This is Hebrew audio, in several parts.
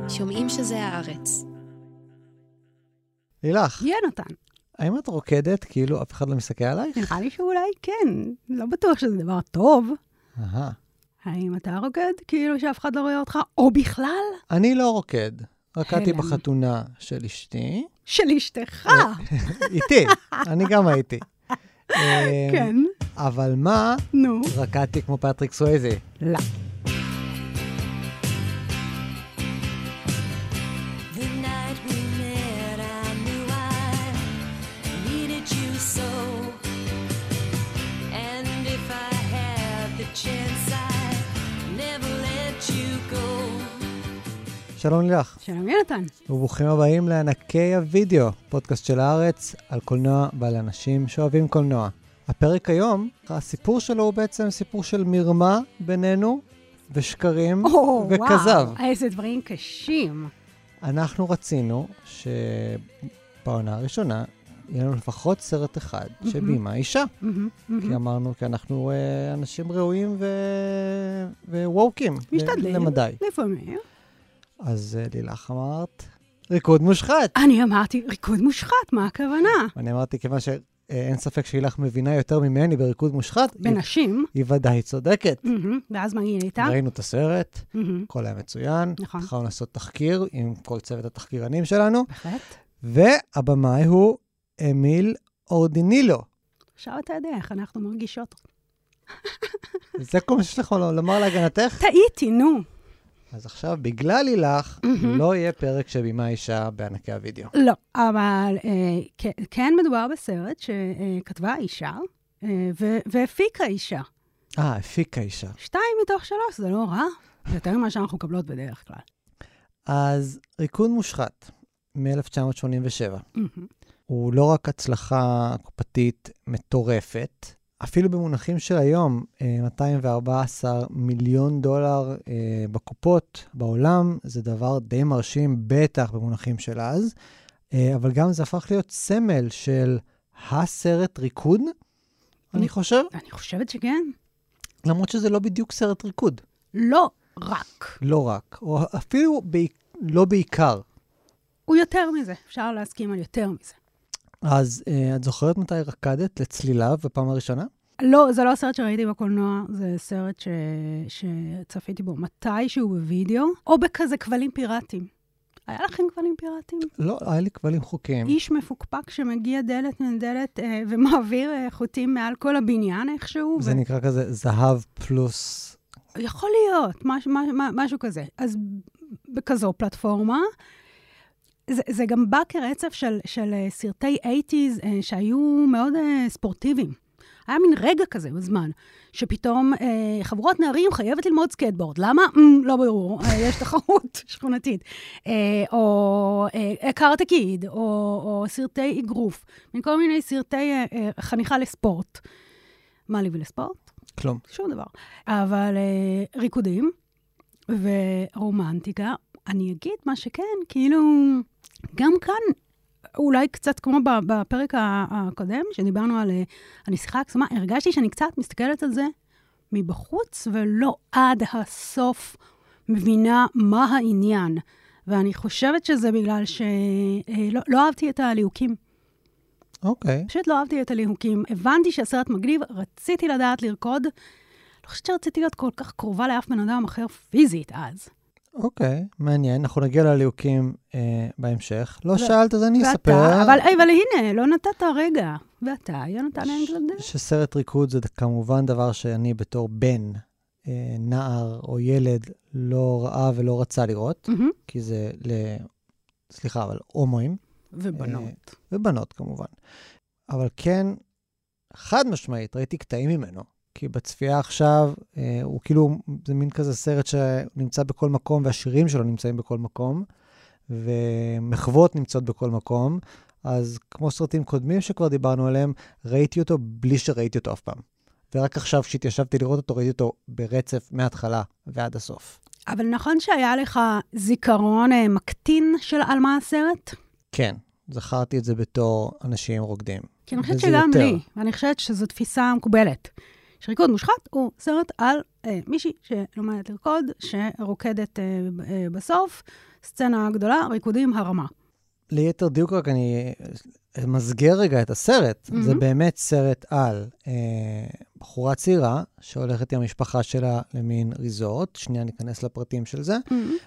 שומעים שזה הארץ. לילך. יונתן. האם את רוקדת כאילו אף אחד לא מסתכל עלייך? נראה לי שאולי כן. לא בטוח שזה דבר טוב. האם אתה רוקד כאילו שאף אחד לא רואה אותך, או בכלל? אני לא רוקד. רקדתי בחתונה של אשתי. של אשתך. איתי. אני גם הייתי. כן. אבל מה? נו. רקדתי כמו פטריק סווייזי. לא. שלום לילך. שלום יונתן. וברוכים הבאים לענקי הוידאו, פודקאסט של הארץ על קולנוע ועל אנשים שאוהבים קולנוע. הפרק היום, הסיפור שלו הוא בעצם סיפור של מרמה בינינו ושקרים וכזב. וואו, איזה דברים קשים. אנחנו רצינו שבעונה הראשונה יהיה לנו לפחות סרט אחד שבימה אישה. כי אמרנו כי אנחנו אנשים ראויים ווקים. משתדלים. למדי. לפעמים. אז לילך אמרת, ריקוד מושחת. אני אמרתי, ריקוד מושחת, מה הכוונה? אני אמרתי, כיוון שאין ספק שלילך מבינה יותר ממני בריקוד מושחת. בנשים. היא ודאי צודקת. ואז מה היא הייתה? ראינו את הסרט, הכל היה מצוין. נכון. התחלנו לעשות תחקיר עם כל צוות התחקירנים שלנו. בהחלט. והבמאי הוא אמיל אורדינילו. עכשיו אתה יודע איך אנחנו מרגישות. זה כל מה שיש לך לומר להגנתך? טעיתי, נו. אז עכשיו, בגלל לילך, לא יהיה פרק שבימה אישה בענקי הוידאו. לא, אבל כן מדובר בסרט שכתבה אישה והפיקה אישה. הפיקה אישה. 2 מתוך 3, זה לא רע. זה יותר ממה שאנחנו מקבלות בדרך כלל. אז ריקוד מושחת, מ-1987. הוא לא רק הצלחה קופתית מטורפת, אפילו במונחים של היום, 214 מיליון דולר בקופות בעולם, זה דבר די מרשים, בטח במונחים של אז, אבל גם זה הפך להיות סמל של הסרט ריקוד, אני חושב. אני חושבת שכן. למרות שזה לא בדיוק סרט ריקוד. לא רק. לא רק, או אפילו לא בעיקר. הוא יותר מזה, אפשר להסכים על יותר מזה. אז את זוכרת מתי רקדת לצלילה בפעם הראשונה? לא, זה לא הסרט שראיתי בקולנוע, זה סרט שצפיתי בו מתישהו בווידאו, או בכזה כבלים פיראטיים. היה לכם כבלים פיראטיים? לא, היה לי כבלים חוקיים. איש מפוקפק שמגיע דלת מדלת ומעביר חוטים מעל כל הבניין איכשהו. זה נקרא כזה זהב פלוס. יכול להיות, משהו כזה. אז בכזו פלטפורמה, זה גם בא כרצף של סרטי 80s שהיו מאוד ספורטיביים. היה מין רגע כזה בזמן, שפתאום חבורת נערים חייבת ללמוד סקייטבורד. למה? לא ברור, יש תחרות שכונתית. או קארטה קיד, או סרטי אגרוף. מכל מיני סרטי חניכה לספורט. מה לי ולספורט? כלום. שום דבר. אבל ריקודים ורומנטיקה, אני אגיד מה שכן, כאילו, גם כאן, אולי קצת כמו בפרק הקודם, שדיברנו על הנסיכה הקסומה, הרגשתי שאני קצת מסתכלת על זה מבחוץ, ולא עד הסוף מבינה מה העניין. ואני חושבת שזה בגלל שלא אהבתי את הליהוקים. אוקיי. פשוט לא אהבתי את הליהוקים. הבנתי שהסרט מגניב, רציתי לדעת לרקוד. לא חושבת שרציתי להיות כל כך קרובה לאף בן אדם אחר פיזית אז. אוקיי, מעניין. אנחנו נגיע לליהוקים בהמשך. לא שאלת, אז אני אספר. אבל הנה, לא נתת רגע. ואתה, יונתן אנגלנדר? שסרט ריקוד זה כמובן דבר שאני בתור בן, נער או ילד, לא ראה ולא רצה לראות, כי זה אבל הומואים. ובנות. ובנות כמובן. אבל כן, חד משמעית, ראיתי קטעים ממנו. כי בצפייה עכשיו, הוא כאילו, זה מין כזה סרט שנמצא בכל מקום, והשירים שלו נמצאים בכל מקום, ומחוות נמצאות בכל מקום, אז כמו סרטים קודמים שכבר דיברנו עליהם, ראיתי אותו בלי שראיתי אותו אף פעם. ורק עכשיו כשהתיישבתי לראות אותו, ראיתי אותו ברצף מההתחלה ועד הסוף. אבל נכון שהיה לך זיכרון מקטין של על מה הסרט? כן, זכרתי את זה בתור אנשים רוקדים. כי אני חושבת שגם לי, ואני חושבת שזו תפיסה מקובלת. שריקוד מושחת הוא סרט על מישהי שלומדת לרקוד, שרוקדת בסוף, סצנה גדולה, ריקודים הרמה. ליתר דיוק רק אני מסגר רגע את הסרט. זה באמת סרט על בחורה צעירה שהולכת עם המשפחה שלה למין ריזורט, שנייה ניכנס לפרטים של זה,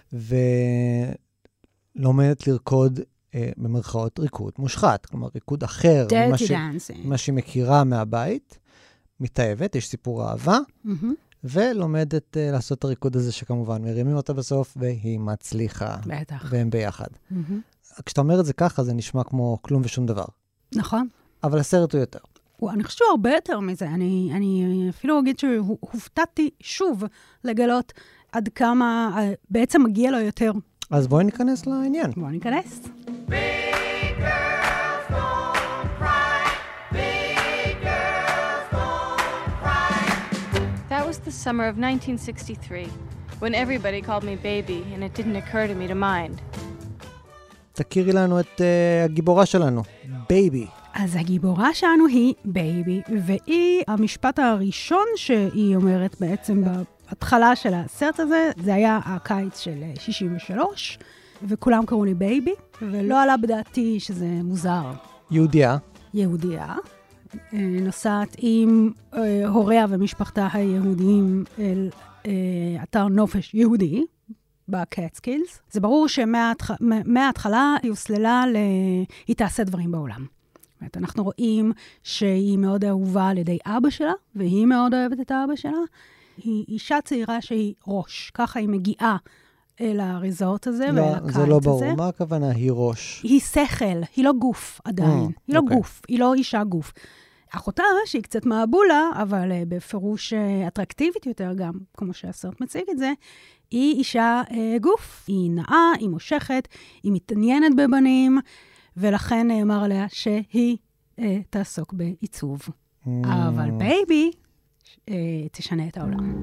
ולומדת לרקוד במרכאות ריקוד מושחת, כלומר ריקוד אחר ממה שהיא מכירה מהבית, מתאהבת, יש סיפור אהבה, ולומדת לעשות את הריקוד הזה שכמובן מרימים אותה בסוף, והיא מצליחה. בטח. והם ביחד. כשאתה אומר את זה ככה, זה נשמע כמו כלום ושום דבר. נכון. אבל הסרט הוא יותר. אני חושב שהוא הרבה יותר מזה. אני אפילו אגיד שהופתעתי שוב לגלות עד כמה בעצם מגיע לו יותר. אז בואי ניכנס לעניין. בואי ניכנס. Big girls don't cry. Big girls don't cry. That was the summer of 1963, when everybody called me baby, and it didn't occur to me to mind. תכירי לנו את הגיבורה שלנו, בייבי. אז הגיבורה שלנו היא בייבי, והיא המשפט הראשון שהיא אומרת בעצם בהתחלה של הסרט הזה, זה היה הקיץ של 63, וכולם קראו לי בייבי, ולא עלה בדעתי שזה מוזר. יהודיה. יהודיה. נוסעת עם הוריה ומשפחתה היהודיים אל אתר נופש יהודי, בקאטסקילס. זה ברור שמההתחלה היא הוסללה היא תעשה דברים בעולם. אנחנו רואים שהיא מאוד אהובה על ידי אבא שלה, והיא מאוד אוהבת את האבא שלה. היא אישה צעירה שהיא ראש. ככה היא מגיעה אל הריזורט הזה ואל הקיץ הזה. זה לא ברור. מה הכוונה היא ראש? היא שכל, היא לא גוף עדיין. היא לא גוף, היא לא אישה גוף. אחותה שהיא קצת מעבולה, אבל בפירוש אטרקטיבית יותר גם, כמו שהסרט מציג את זה, היא אישה גוף. היא נאה, היא מושכת, היא מתעניינת בבנים, ולכן נאמר עליה שהיא תעסוק בעיצוב. אבל בייבי תשנה את העולם.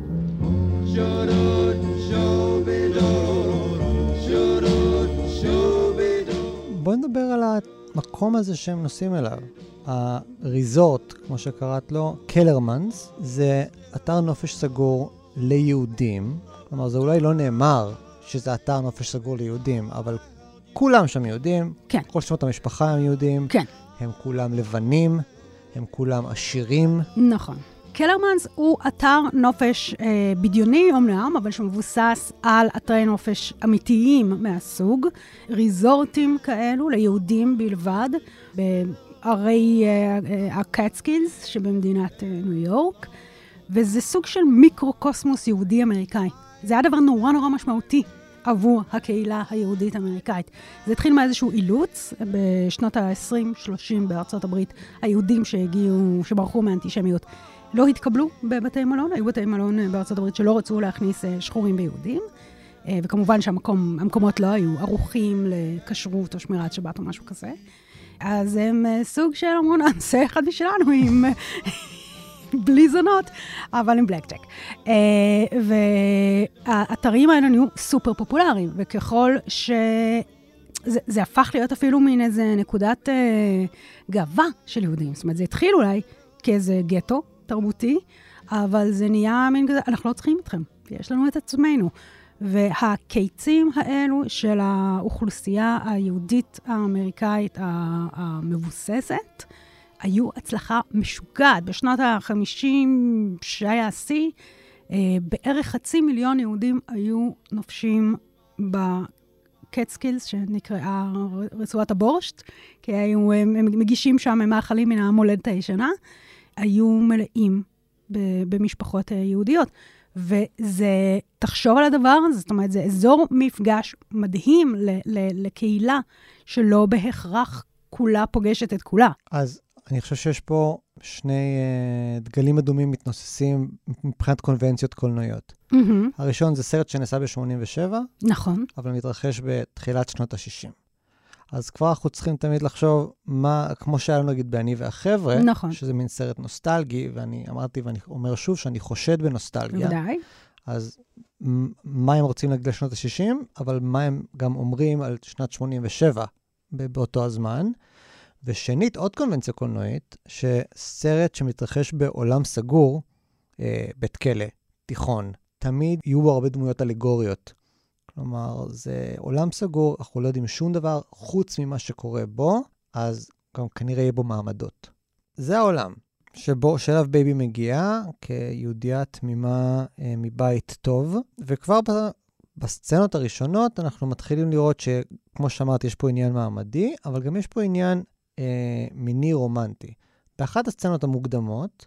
בואי נדבר על המקום הזה שהם נוסעים אליו. הריזורט, כמו שקראת לו, קלרמנס, זה אתר נופש סגור ליהודים. כלומר, זה אולי לא נאמר שזה אתר נופש סגור ליהודים, אבל כולם שם יהודים. כן. כל שמות המשפחה הם יהודים. כן. הם כולם לבנים, הם כולם עשירים. נכון. קלרמנס הוא אתר נופש בדיוני אומנם, אבל שמבוסס על אתרי נופש אמיתיים מהסוג, ריזורטים כאלו ליהודים בלבד, בערי הקאטסקילס שבמדינת ניו יורק, וזה סוג של מיקרו-קוסמוס יהודי-אמריקאי. זה היה דבר נורא נורא משמעותי עבור הקהילה היהודית-אמריקאית. זה התחיל מאיזשהו אילוץ בשנות ה-20-30 בארצות הברית, היהודים שברחו מהאנטישמיות. לא התקבלו בבתי מלון, היו בתי מלון בארצות הברית שלא רצו להכניס שחורים ויהודים, וכמובן שהמקומות לא היו ערוכים לכשרות או שמירת שבת או משהו כזה. אז הם סוג של אמרו, נעשה אחד משלנו עם בלי זונות, אבל עם בלק ג'ק. והאתרים האלה נהיו סופר פופולריים, וככל זה הפך להיות אפילו מין איזה נקודת גאווה של יהודים. זאת אומרת, זה התחיל אולי כאיזה גטו תרבותי, אבל זה נהיה מין כזה, אנחנו לא צריכים אתכם, יש לנו את עצמנו. והקיצים האלו של האוכלוסייה היהודית האמריקאית המבוססת, היו הצלחה משוגעת. בשנות ה-50 שהיה השיא, בערך 500,000 יהודים היו נופשים בקאטסקילס, שנקראה רצועת הבורשט, כי הם מגישים שם מאכלים מן המולדת הישנה, היו מלאים במשפחות יהודיות. וזה, תחשוב על הדבר הזה, זאת אומרת, זה אזור מפגש מדהים לקהילה שלא בהכרח כולה פוגשת את כולה. אז אני חושב שיש פה שני דגלים אדומים מתנוססים מבחינת קונבנציות קולנועיות. הראשון זה סרט שנעשה ב-87. נכון. אבל מתרחש בתחילת שנות ה-60. אז כבר אנחנו צריכים תמיד לחשוב מה, כמו שהיה לנו נגיד בעני והחבר'ה, נכון. שזה מין סרט נוסטלגי, ואני אמרתי ואני אומר שוב שאני חושד בנוסטלגיה. ודאי. אז מה הם רוצים להגיד לשנות ה-60, אבל מה הם גם אומרים על שנת 87 באותו הזמן. ושנית, עוד קונבנציה קולנועית, שסרט שמתרחש בעולם סגור, בית כלא, תיכון. תמיד יהיו בו הרבה דמויות אלגוריות. כלומר, זה עולם סגור, אנחנו לא יודעים שום דבר חוץ ממה שקורה בו, אז גם כנראה יהיה בו מעמדות. זה העולם שאליו בייבי מגיעה כיהודייה תמימה מבית טוב, וכבר בסצנות הראשונות אנחנו מתחילים לראות שכמו שאמרתי, יש פה עניין מעמדי, אבל גם יש פה עניין מיני רומנטי. באחת הסצנות המוקדמות,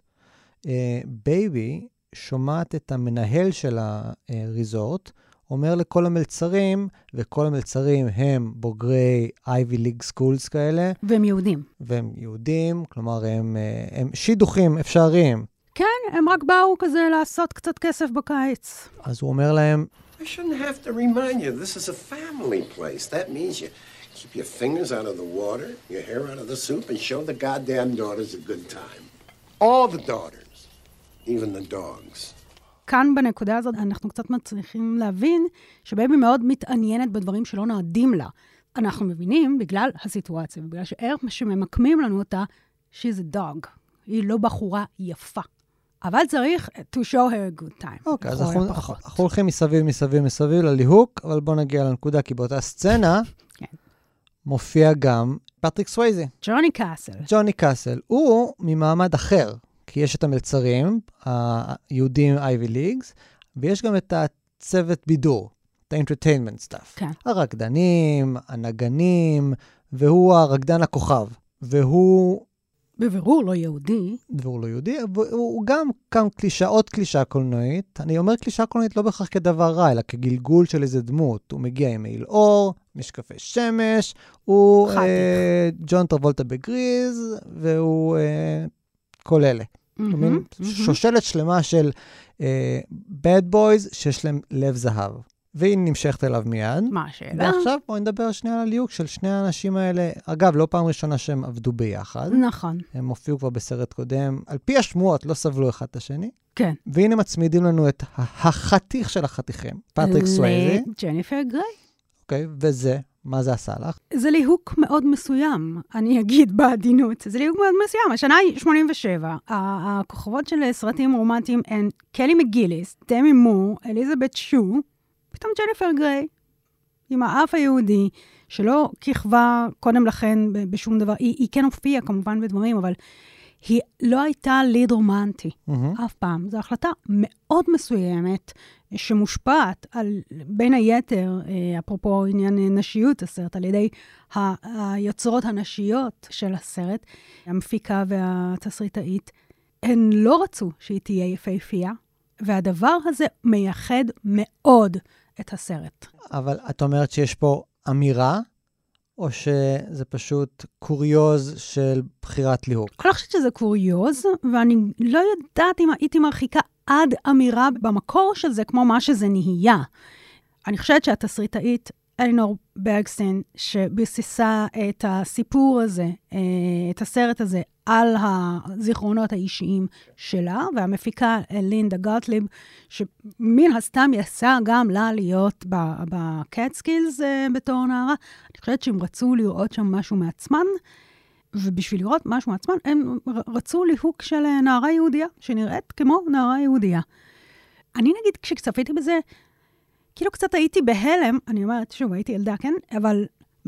בייבי שומעת את המנהל של הריזורט, אומר לכל המלצרים, וכל המלצרים הם בוגרי Ivy League Schools כאלה. והם יהודים. והם יהודים, כלומר הם שידוכים אפשריים. כן, הם רק באו כזה לעשות קצת כסף בקיץ. אז הוא אומר להם, I shouldn't have to remind you, this is a family place. That means you keep your fingers out of the water, your hair out of the soup, and show the goddamn daughters a good time. All the daughters, even the dogs. כאן בנקודה הזאת אנחנו קצת מצליחים להבין שבייבי מאוד מתעניינת בדברים שלא נועדים לה. אנחנו מבינים בגלל הסיטואציה, בגלל שממקמים לנו אותה, she's a dog. היא לא בחורה יפה. אבל צריך to show her a good time. אוקיי, אז אנחנו הולכים מסביב לליהוק, אבל בוא נגיע לנקודה, כי באותה סצנה מופיע גם פטריק סווייזי. ג'וני קאסל. הוא ממעמד אחר. כי יש את המלצרים, היהודים Ivy Leagues, ויש גם את הצוות בידור, את ה-entertainment stuff. כן. הרקדנים, הנגנים, והוא הרקדן הכוכב. והוא... בבירור לא יהודי. והוא גם עוד קלישה קולנועית. אני אומר קלישה קולנועית לא בהכרח כדבר רע, אלא כגלגול של איזה דמות. הוא מגיע עם מעיל אור, משקפי שמש, הוא ג'ון טרבולטה בגריז, והוא... כל אלה. שושלת שלמה של bad boys שיש להם לב זהב. והיא נמשכת אליו מיד. מה השאלה? ועכשיו בואו נדבר שנייה על הליהוק של שני האנשים האלה. אגב, לא פעם ראשונה שהם עבדו ביחד. נכון. הם הופיעו כבר בסרט קודם. על פי השמועות לא סבלו אחד את השני. כן. והנה מצמידים לנו את החתיך של החתיכים. פטריק סווייזי. ג'ניפר גריי. אוקיי, וזה... מה זה עשה לך? זה ליהוק מאוד מסוים, אני אגיד בעדינות. זה ליהוק מאוד מסוים. השנה היא 87. הכוכבות של סרטים רומנטיים הן קלי מגיליס, דמי מור, אליזבת שו, פתאום ג'ניפר גריי, עם האף היהודי, שלא כיכבה קודם לכן בשום דבר. היא כן הופיעה כמובן בדברים, אבל היא לא הייתה ליד רומנטי אף פעם. זו החלטה מאוד מסוימת, שמושפעת על, בין היתר, אפרופו עניין נשיות הסרט, על ידי היוצרות הנשיות של הסרט, המפיקה והתסריטאית, הן לא רצו שהיא תהיה יפהפייה, והדבר הזה מייחד מאוד את הסרט. אבל את אומרת שיש פה אמירה, או שזה פשוט קוריוז של בחירת ליהוק? אני לא חושבת שזה קוריוז, ואני לא יודעת אם הייתי מרחיקה עד אמירה במקור של זה, כמו מה שזה נהיה. אני חושבת שהתסריטאית אלינור ברגסטין, שביססה את הסיפור הזה, את הסרט הזה, על הזיכרונות האישיים שלה, והמפיקה לינדה גוטליב, שמן הסתם יעשה גם לה להיות בקאטסקילס בתור נערה. אני חושבת שהם רצו לראות שם משהו מעצמן, ובשביל לראות משהו מעצמן, הם רצו ליהוק של נערה יהודיה, שנראית כמו נערה יהודיה. אני נגיד, כשצפיתי בזה, כאילו קצת הייתי בהלם, אני אומרת, שוב, הייתי ילדה, כן? אבל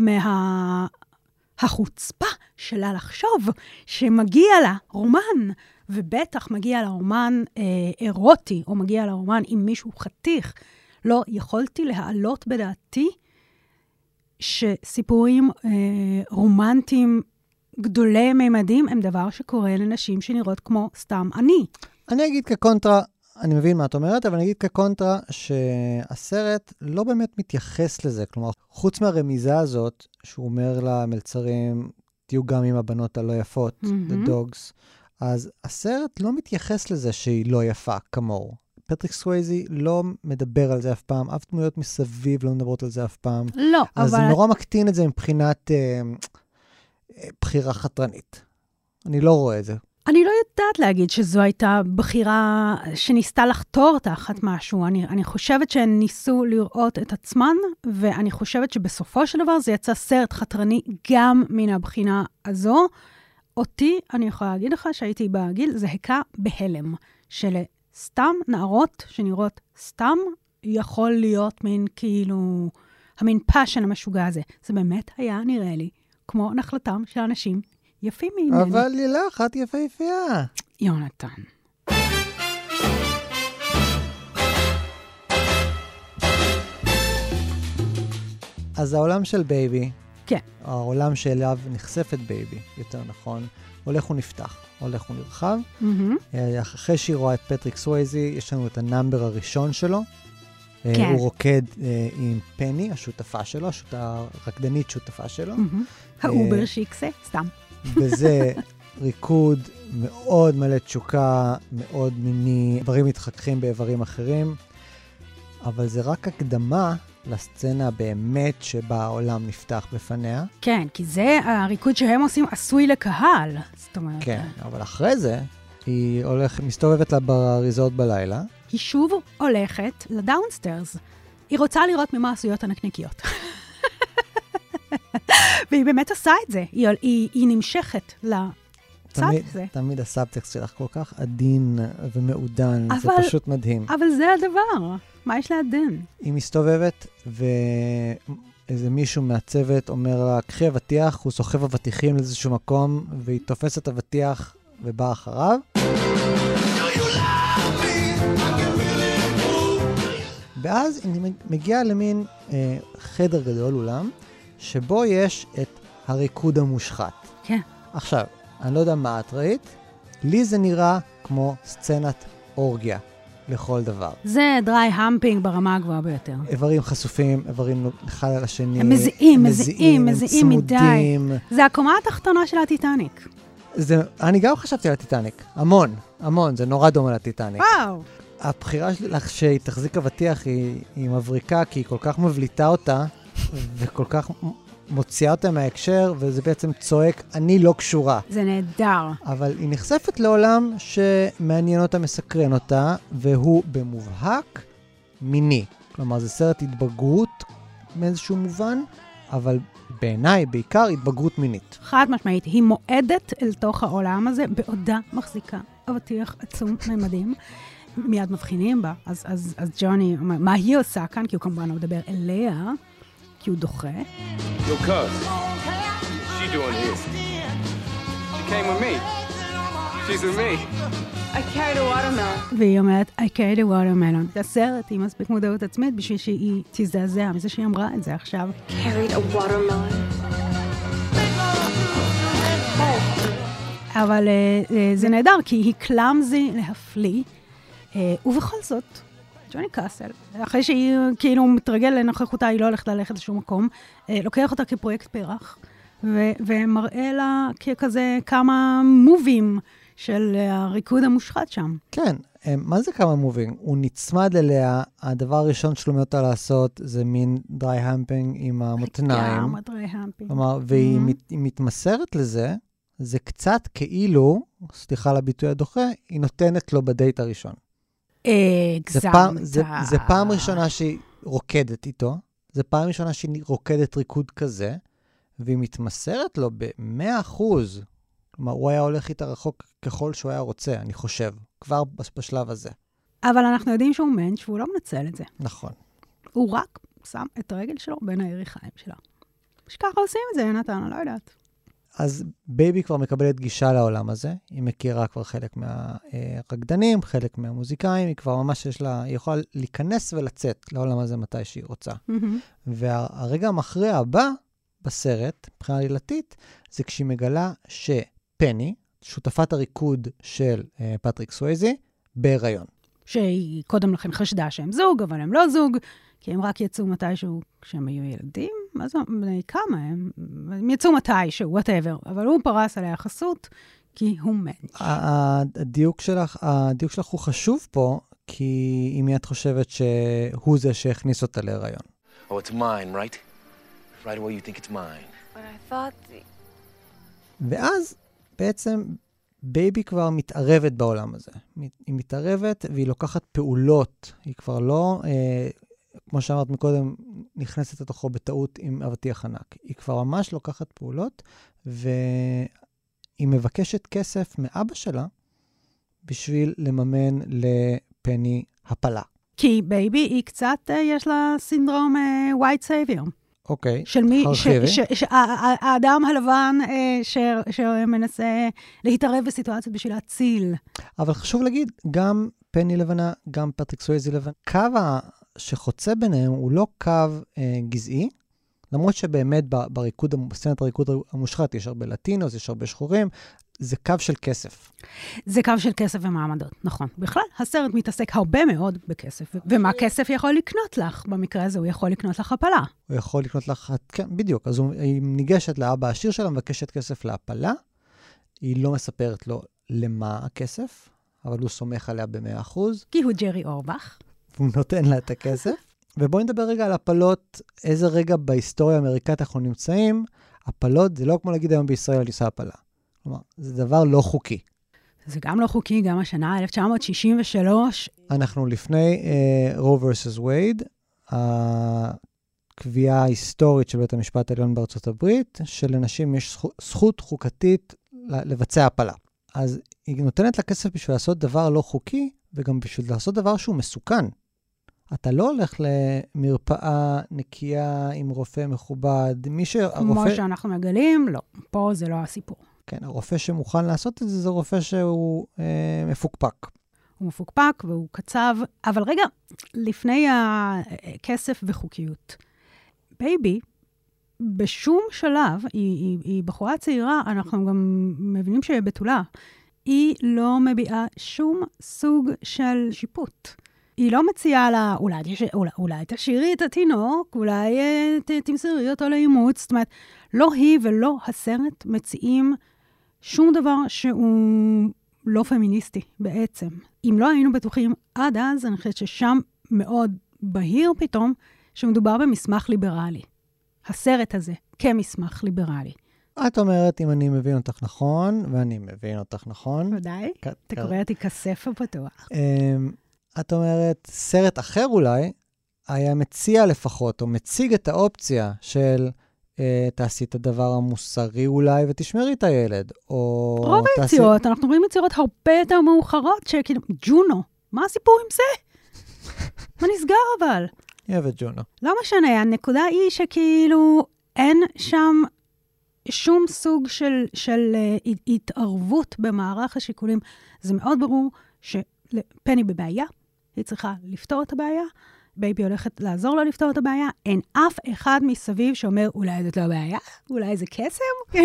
החוצפה שלה לחשוב שמגיע לה רומן, ובטח מגיע לה רומן אירוטי, או מגיע לה רומן עם מישהו חתיך, לא יכולתי להעלות בדעתי שסיפורים רומנטיים גדולי ממדים הם דבר שקורה לנשים שנראות כמו סתם אני. אני אגיד כקונטרה, אני מבין מה את אומרת, אבל אני אגיד כקונטרה שהסרט לא באמת מתייחס לזה. כלומר, חוץ מהרמיזה הזאת, שהוא אומר למלצרים, תהיו גם עם הבנות הלא יפות, the dogs, אז הסרט לא מתייחס לזה שהיא לא יפה כמוהו. פטריק סווייזי לא מדבר על זה אף פעם, אף דמויות מסביב לא מדברות על זה אף פעם. לא, אז זה נורא מקטין את זה מבחינת בחירה חתרנית. אני לא רואה את זה. אני לא יודעת להגיד שזו הייתה בחירה שניסתה לחתור תחת משהו. אני חושבת שהן ניסו לראות את עצמן, ואני חושבת שבסופו של דבר זה יצא סרט חתרני גם מן הבחינה הזו. אותי, אני יכולה להגיד לך שהייתי בגיל, זה הקה בהלם של סתם נערות שנראות סתם, יכול להיות מין כאילו, המין פאשן המשוגע הזה. זה באמת היה נראה לי כמו נחלתם של אנשים יפים ממני. אבל לילך, את יפהפייה. יונתן. אז העולם של בייבי, כן. העולם שאליו נחשפת בייבי, יותר נכון, הולך ונפתח, הולך ונרחב. אחרי שהיא רואה את פטריק סווייזי, יש לנו את הנאמבר הראשון שלו. כן. הוא רוקד עם פני, השותפה שלו, הרקדנית שותפה שלו. האובר שיקסה, סתם. וזה ריקוד מאוד מלא תשוקה, מאוד מיני, איברים מתחככים באיברים אחרים, אבל זה רק הקדמה לסצנה באמת שבה העולם נפתח בפניה. כן, כי זה הריקוד שהם עושים עשוי לקהל. זאת אומרת... כן, אבל אחרי זה היא מסתובבת לה בריזורט בלילה. היא שוב הולכת לדאונסטרס. היא רוצה לראות ממה עשויות הנקניקיות. והיא באמת עושה את זה. היא נמשכת לצד הזה. תמיד הסאבטקסט שלך כל כך עדין ומעודן, זה פשוט מדהים. אבל זה הדבר. מה יש לעדן? היא מסתובבת, ואיזה מישהו מהצוות אומר לה, קחי אבטיח, הוא סוחב אבטיחים לאיזשהו מקום, והיא תופסת את אבטיח ובאה אחריו. ואז היא מגיעה למין חדר גדול, אולם, שבו יש את הריקוד המושחת. כן. עכשיו, אני לא יודע מה את ראית, לי זה נראה כמו סצנת אורגיה לכל דבר. זה דריי המפינג ברמה הגבוהה ביותר. איברים חשופים, איברים אחד על השני. הם מזיעים מדי. זה הקומה התחתונה של הטיטניק. אני גם חשבתי על הטיטניק. המון, זה נורא דומה לטיטניק. וואו. הבחירה שלך שהיא תחזיק אבטיח היא מבריקה, כי היא כל כך מבליטה אותה, וכל כך מוציאה אותה מההקשר, וזה בעצם צועק, אני לא קשורה. זה נהדר. אבל היא נחשפת לעולם שמעניין אותה, מסקרן אותה, והוא במובהק מיני. כלומר, זה סרט התבגרות מאיזשהו מובן, אבל בעיניי בעיקר התבגרות מינית. חד משמעית, היא מועדת אל תוך העולם הזה, בעודה מחזיקה אבטיח עצום ממדים. מיד מבחינים בה, אז ג'וני, מה היא עושה כאן? כי הוא כמובן לא מדבר אליה, כי הוא דוחה. Yo, cuz, what's she doing here? She came with me. She's with me. I carried a watermelon. והיא אומרת, I carried a watermelon. זה הסרט, היא מספיק מודעות עצמית בשביל שהיא תזדעזע מזה שהיא אמרה את זה עכשיו. Carried a watermelon. אבל זה נהדר, כי היא קלאמזי להפליא, ובכל זאת, ג'וני קאסל, אחרי שהיא כאילו מתרגל לנוכחותה, היא לא הולכת ללכת לשום מקום, לוקח אותה כפרויקט פרח, ומראה לה ככזה כמה מובים של הריקוד המושחת שם. כן, מה זה כמה מובים? הוא נצמד אליה, הדבר הראשון שלומד אותה לעשות, זה מין דריי המפינג עם המותניים. גם הדריי המפינג. כלומר, והיא מתמסרת לזה, זה קצת כאילו, סליחה על הביטוי הדוחה, היא נותנת לו בדייט הראשון. זה פעם ראשונה שהיא רוקדת איתו, זה פעם ראשונה שהיא רוקדת ריקוד כזה, והיא מתמסרת לו ב100%. כלומר, הוא היה הולך איתה רחוק ככל שהוא היה רוצה, אני חושב, כבר בשלב הזה. אבל אנחנו יודעים שהוא מנץ' והוא לא מנצל את זה. נכון. הוא רק שם את הרגל שלו בין היריחיים שלה. שככה עושים את זה, יונתן, אני לא יודעת. אז בייבי כבר מקבלת גישה לעולם הזה, היא מכירה כבר חלק מהרקדנים, חלק מהמוזיקאים, היא כבר ממש היא יכולה להיכנס ולצאת לעולם הזה מתי שהיא רוצה. והרגע המכריע הבא בסרט, מבחינה עלילתית, זה כשהיא מגלה שפני, שותפת הריקוד של פטריק סווייזי, בהיריון. שהיא קודם לכן חשדה שהם זוג, אבל הם לא זוג, כי הם רק יצאו מתישהו כשהם היו ילדים. מה זה? כמה הם? הם יצאו מתישהו, whatever. אבל הוא פרס על היחסות, כי הוא מנץ'. הדיוק שלך הוא חשוב פה, כי אם את חושבת שהוא זה שהכניס אותה להיריון. Oh, it's mine, right? Right away you think it's mine. But I thought... ואז בעצם בייבי כבר מתערבת בעולם הזה. היא מתערבת והיא לוקחת פעולות. היא כבר לא, כמו שאמרת מקודם, נכנסת לתוכו בטעות עם אבטיח ענק. היא כבר ממש לוקחת פעולות, והיא מבקשת כסף מאבא שלה, בשביל לממן לפני הפלה. כי בייבי היא קצת, יש לה סינדרום white savior. אוקיי, של מי, הרחיבי. האדם הלבן שמנסה להתערב בסיטואציות בשביל להציל. אבל חשוב להגיד, גם פני לבנה, גם פטריק סווייזי לבנה, קו שחוצה ביניהם הוא לא קו גזעי, למרות שבאמת בסצנת הריקוד המושחת יש הרבה לטינוס, יש הרבה שחורים, זה קו של כסף. זה קו של כסף ומעמדות, נכון. בכלל, הסרט מתעסק הרבה מאוד בכסף, ומה כסף יכול לקנות לך? במקרה הזה הוא יכול לקנות לך הפלה. הוא יכול לקנות לך, כן, בדיוק. אז היא ניגשת לאבא העשיר שלה, מבקשת כסף להפלה, היא לא מספרת לו למה הכסף, אבל הוא סומך עליה ב100%. כי הוא ג'רי אורבך. והוא נותן לה את הכסף. ובואי נדבר רגע על הפלות, איזה רגע בהיסטוריה האמריקאית אנחנו נמצאים. הפלות זה לא כמו להגיד היום בישראל על טיסה הפלה. כלומר, זה דבר לא חוקי. זה גם לא חוקי, גם השנה 1963. אנחנו לפני רו versus וייד, הקביעה ההיסטורית של בית המשפט העליון בארצות הברית, שלנשים יש זכות חוקתית לבצע הפלה. אז היא נותנת לה כסף בשביל לעשות דבר לא חוקי, וגם בשביל לעשות דבר שהוא מסוכן. אתה לא הולך למרפאה נקייה עם רופא מכובד, כמו שאנחנו מגלים, לא. פה זה לא הסיפור. כן, הרופא שמוכן לעשות את זה, זה רופא שהוא מפוקפק. הוא מפוקפק והוא קצב, אבל רגע, לפני הכסף וחוקיות. בייבי, בשום שלב, היא בחורה צעירה, אנחנו גם מבינים שהיא בתולה, היא לא מביעה שום סוג של שיפוט. היא לא מציעה לה, אולי תשאירי את התינוק, אולי תמסרי אותו לאימוץ. זאת אומרת, לא היא ולא הסרט מציעים שום דבר שהוא לא פמיניסטי בעצם. אם לא היינו בטוחים עד אז, אני חושבת ששם מאוד בהיר פתאום שמדובר במסמך ליברלי. הסרט הזה כמסמך ליברלי. את אומרת, אם אני מבין אותך נכון, ואני מבין אותך נכון. ודאי, אתה קורא אותי כספר פתוח. את אומרת, סרט אחר אולי, היה מציע לפחות, או מציג את האופציה של תעשי את הדבר המוסרי אולי, ותשמרי את הילד. רוב היצירות, אנחנו רואים יצירות הרבה יותר מאוחרות, שכאילו, ג'ונו, מה הסיפור עם זה? מה נסגר אבל? אוהב את ג'ונו. לא משנה, הנקודה היא שכאילו, אין שם שום סוג של התערבות במערך השיקולים. זה מאוד ברור שפני בבעיה, היא צריכה לפתור את הבעיה, בייבי הולכת לעזור לה לפתור את הבעיה, אין אף אחד מסביב שאומר, אולי זאת לא בעיה, אולי זה קסם,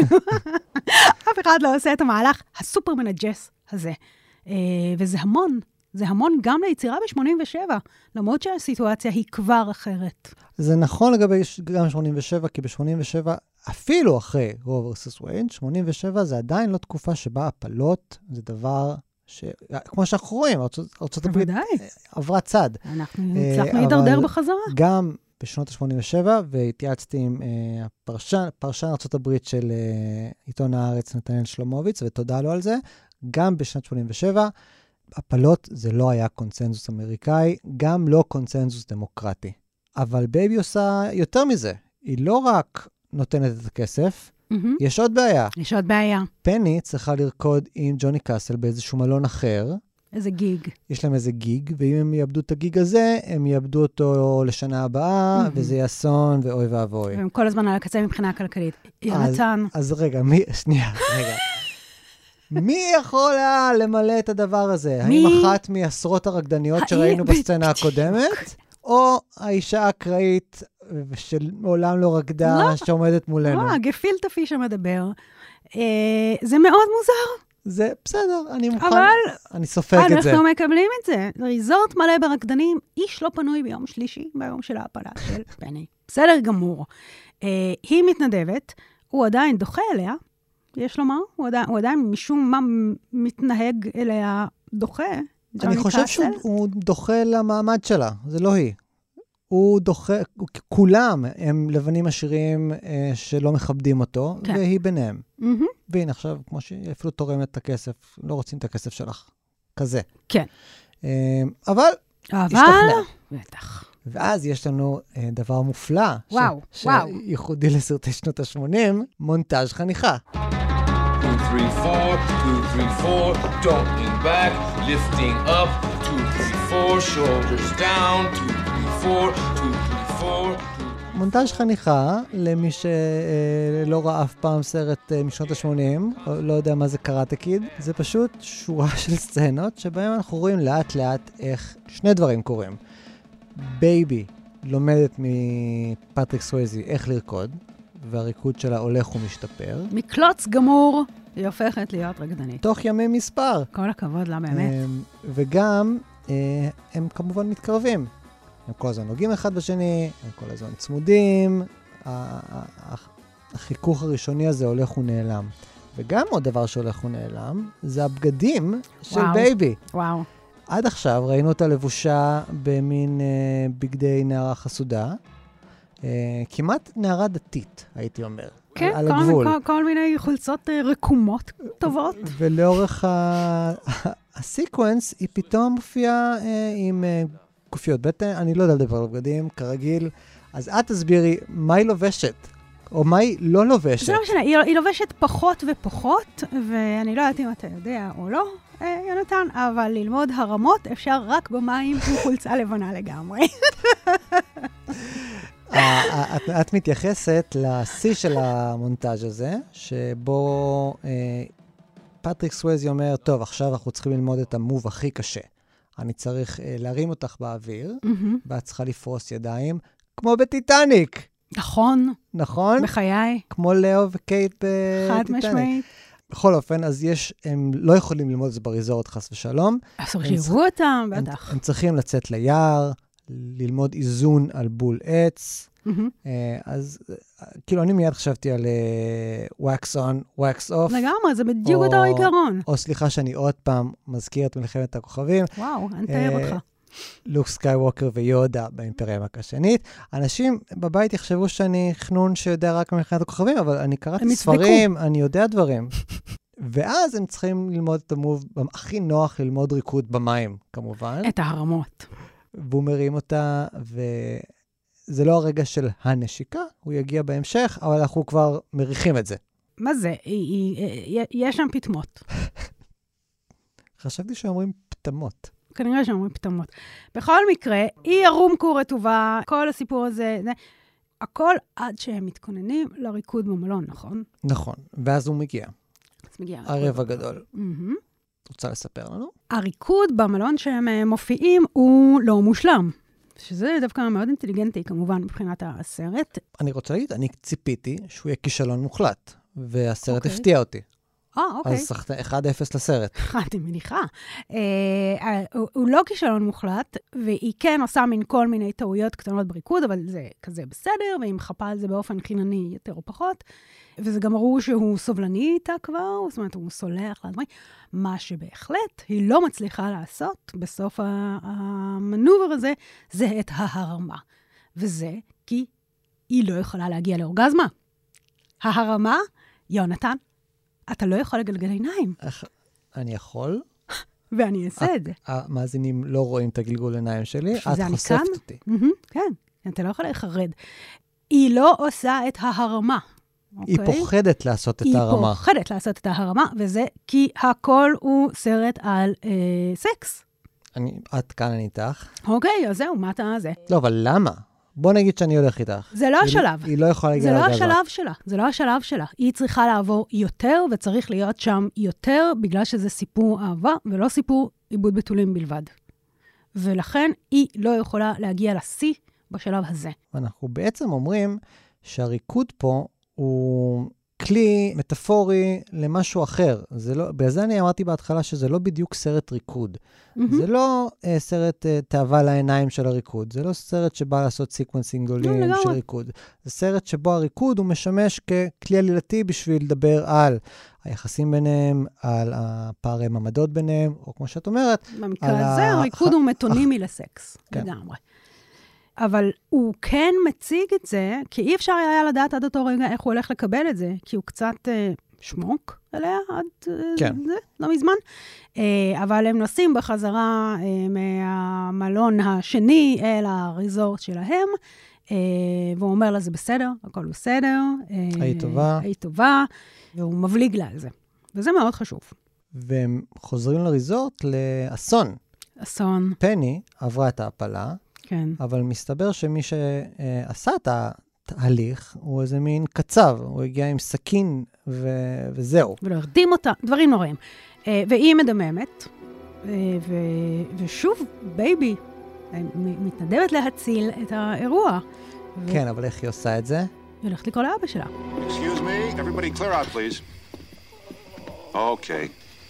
אף אחד לא עושה את המהלך הסופר מנג'ס הזה. וזה המון, זה המון גם ליצירה ב-87, למרות שהסיטואציה היא כבר אחרת. זה נכון לגבי גם 87, כי ב-87, אפילו אחרי רו versus וייד, 87 זה עדיין לא תקופה שבה הפלות זה דבר כמו שאנחנו רואים, ארצות הברית עברה צד. אנחנו הצלחנו להידרדר בחזרה. גם בשנות ה-87, והתייעצתי עם פרשן ארצות הברית של עיתון הארץ נתנאל שלומוביץ, ותודה לו על זה, גם בשנת 87, הפלות זה לא היה קונצנזוס אמריקאי, גם לא קונצנזוס דמוקרטי. אבל בייבי עושה יותר מזה. היא לא רק נותנת את הכסף, יש עוד בעיה. יש עוד בעיה. פני צריכה לרקוד עם ג'וני קאסל באיזשהו מלון אחר. איזה גיג. יש להם איזה גיג, ואם הם יאבדו את הגיג הזה, הם יאבדו אותו לשנה הבאה, וזה יהיה אסון, ואוי ואבוי. והם כל הזמן על הקצה מבחינה כלכלית. ירצן. אז רגע, רגע. מי יכול למלא את הדבר הזה? האם אחת מעשרות הרקדניות שראינו בסצנה הקודמת, או האישה האקראית שמעולם לא רקדה, שעומדת מולנו? לא, גפילטה פישר מדבר. זה מאוד מוזר. זה בסדר, אני מוכן, אני סופג את זה. אנחנו מקבלים את זה. ריזורט מלא ברקדנים, איש לא פנוי ביום שלישי, ביום של ההפלה של פני. בסדר גמור. היא מתנדבת, הוא עדיין דוחה אליה, יש לומר, הוא עדיין משום מה מתנהג אליה דוחה. אני חושב שהוא דוחה למעמד שלה, זה לא היא. הוא דוחה, כולם הם לבנים עשירים שלא מכבדים אותו, והיא ביניהם. והנה עכשיו, כמו שהיא אפילו תורמת את הכסף, לא רוצים את הכסף שלך. כזה. כן. אבל השתכנע. בטח. ואז יש לנו דבר מופלא. וואו. שייחודי לסרטי שנות ה-80, מונטאז' חניכה. 2, 3, 4, 2, 3, 4. Don't lean back, lifting up. 2, 3, 4, shoulders down. 2, 3, 4, 2, 3, 4. מונטאז' חניכה, למי שלא ראה אף פעם סרט משנות ה-80, או לא יודע מה זה קראטה קיד, זה פשוט שורה של סצנות שבהם אנחנו רואים לאט לאט איך שני דברים קורים. בייבי לומדת מפטריק סווייזי איך לרקוד, והריקוד שלה הולך ומשתפר. מקלוץ גמור, היא הופכת להיות רקדנית. תוך ימי מספר. כל הכבוד לה באמת. וגם הם כמובן מתקרבים. הם כל הזמן נוגעים אחד בשני, הם כל הזמן צמודים, החיכוך הראשוני הזה הולך ונעלם. וגם עוד דבר שהולך ונעלם, זה הבגדים של בייבי. וואו. עד עכשיו ראינו אותה לבושה במין בגדי נערה חסודה, כמעט נערה דתית, הייתי אומר. כן, על הגבול. כל מיני חולצות רקומות טובות. ולאורך הסיקוונס היא פתאום מופיעה עם גופיות בטן, אני לא יודע לדבר על בגדים, כרגיל. אז את תסבירי מה היא לובשת, או מה היא לא לובשת. זה לא משנה, היא לובשת פחות ופחות, ואני לא יודעת אם אתה יודע או לא, יונתן, אבל ללמוד הרמות אפשר רק במים עם חולצה לבנה לגמרי. את מתייחסת לשיא של המונטאז' הזה, שבו פטריק סווייזי אומר, טוב, עכשיו אנחנו צריכים ללמוד את המוב הכי קשה. אני צריך להרים אותך באוויר, ואת צריכה לפרוס ידיים, כמו בטיטניק. נכון. נכון? בחיי. כמו לאו וקייט בטיטניק. חד משמעית. בכל אופן, אז הם לא יכולים ללמוד את זה בריזורט חס ושלום. אסור שיראו אותם, בטח. הם צריכים לצאת ליער, ללמוד איזון על בול עץ. אז כאילו אני מיד חשבתי על wax on, wax off. לגמרי, זה בדיוק אותו עיקרון. או סליחה שאני עוד פעם מזכיר את מלחמת הכוכבים. וואו, אני אתאר אותך. לוק סקייווקר ויודה באימפריה המקשנית. אנשים בבית יחשבו שאני חנון שיודע רק מלחמת הכוכבים, אבל אני קראתי ספרים, אני יודע דברים. ואז הם צריכים ללמוד את המוב, הכי נוח ללמוד ריקוד במים, כמובן. את ההרמות. והוא מרים אותה, וזה לא הרגע של הנשיקה, הוא יגיע בהמשך, אבל אנחנו כבר מריחים את זה. מה זה? יש שם פתמות. חשבתי שאומרים פתמות. כנראה שאומרים פתמות. בכל מקרה, היא הרומקו רטובה, כל הסיפור הזה, הכל עד שהם מתכוננים לריקוד במלון, נכון? נכון, ואז הוא מגיע. אז מגיע. הרב הגדול. רוצה לספר לנו? הריקוד במלון שהם מופיעים הוא לא מושלם. שזה דווקא מאוד אינטליגנטי, כמובן, מבחינת הסרט. אני רוצה להגיד, אני ציפיתי שהוא יהיה כישלון מוחלט, והסרט הפתיע אותי. אוקיי. אז 1-0 לסרט. אני מניחה. הוא לא כישלון מוחלט, והיא כן עושה מן כל מיני טעויות קטנות בריקוד, אבל זה כזה בסדר, והיא מחפה על זה באופן חינני יותר או פחות. וזה גם ברור שהוא סובלני איתה כבר, זאת אומרת, הוא סולח לדברים. מה שבהחלט היא לא מצליחה לעשות בסוף המנובר הזה, זה את ההרמה. וזה כי היא לא יכולה להגיע לאורגזמה. ההרמה, יונתן, אתה לא יכול לגלגל עיניים. אני יכול. ואני אעשה את זה. המאזינים לא רואים את הגלגול עיניים שלי, את חושפת אותי. כן, אתה לא יכול לחרד. היא לא עושה את ההרמה. היא פוחדת לעשות את ההרמה. היא פוחדת לעשות את ההרמה, וזה כי הכל הוא סרט על סקס. עד כאן אני איתך. אוקיי, אז זהו, מה אתה זה? לא, אבל למה? בוא נגיד שאני הולך איתך. זה לא השלב. היא לא יכולה להגיע לאורגזמה. זה לא השלב שלה. זה לא השלב שלה. היא צריכה לעבור יותר, וצריך להיות שם יותר, בגלל שזה סיפור אהבה, ולא סיפור עיבוד בתולים בלבד. ולכן היא לא יכולה להגיע לשיא בשלב הזה. אנחנו בעצם אומרים שהריקוד פה הוא כלי מטאפורי למשהו אחר. בגלל זה אני אמרתי בהתחלה שזה לא בדיוק סרט ריקוד. זה לא סרט תאווה לעיניים של הריקוד. זה לא סרט שבא לעשות סיקוונסינג גדולים של ריקוד. זה סרט שבו הריקוד הוא משמש ככלי עלילתי בשביל לדבר על היחסים ביניהם, על הפערי מעמדות ביניהם, או כמו שאת אומרת, במקרה הזה הריקוד הוא מטונימי לסקס, לגמרי. אבל הוא כן מציג את זה, כי אי אפשר היה לדעת עד אותו רגע איך הוא הולך לקבל את זה, כי הוא קצת שמוק אליה עד זה, לא מזמן. אבל הם נוסעים בחזרה מהמלון השני אל הריזורט שלהם, והוא אומר לה, זה בסדר, הכל בסדר. היית טובה. היית טובה, והוא מבליג לה על זה. וזה מאוד חשוב. והם חוזרים לריזורט לאסון. אסון. פני עברה את ההפלה, כן. אבל מסתבר שמי שעשה את התהליך הוא איזה מין קצב, הוא הגיע עם סכין וזהו. ולא הרדים אותה, דברים נוראים. והיא מדממת, ושוב, בייבי מתנדבת להציל את האירוע. כן, אבל איך היא עושה את זה? היא הולכת לקרוא לאבא שלה. Excuse me, everybody clear out, please. Okay.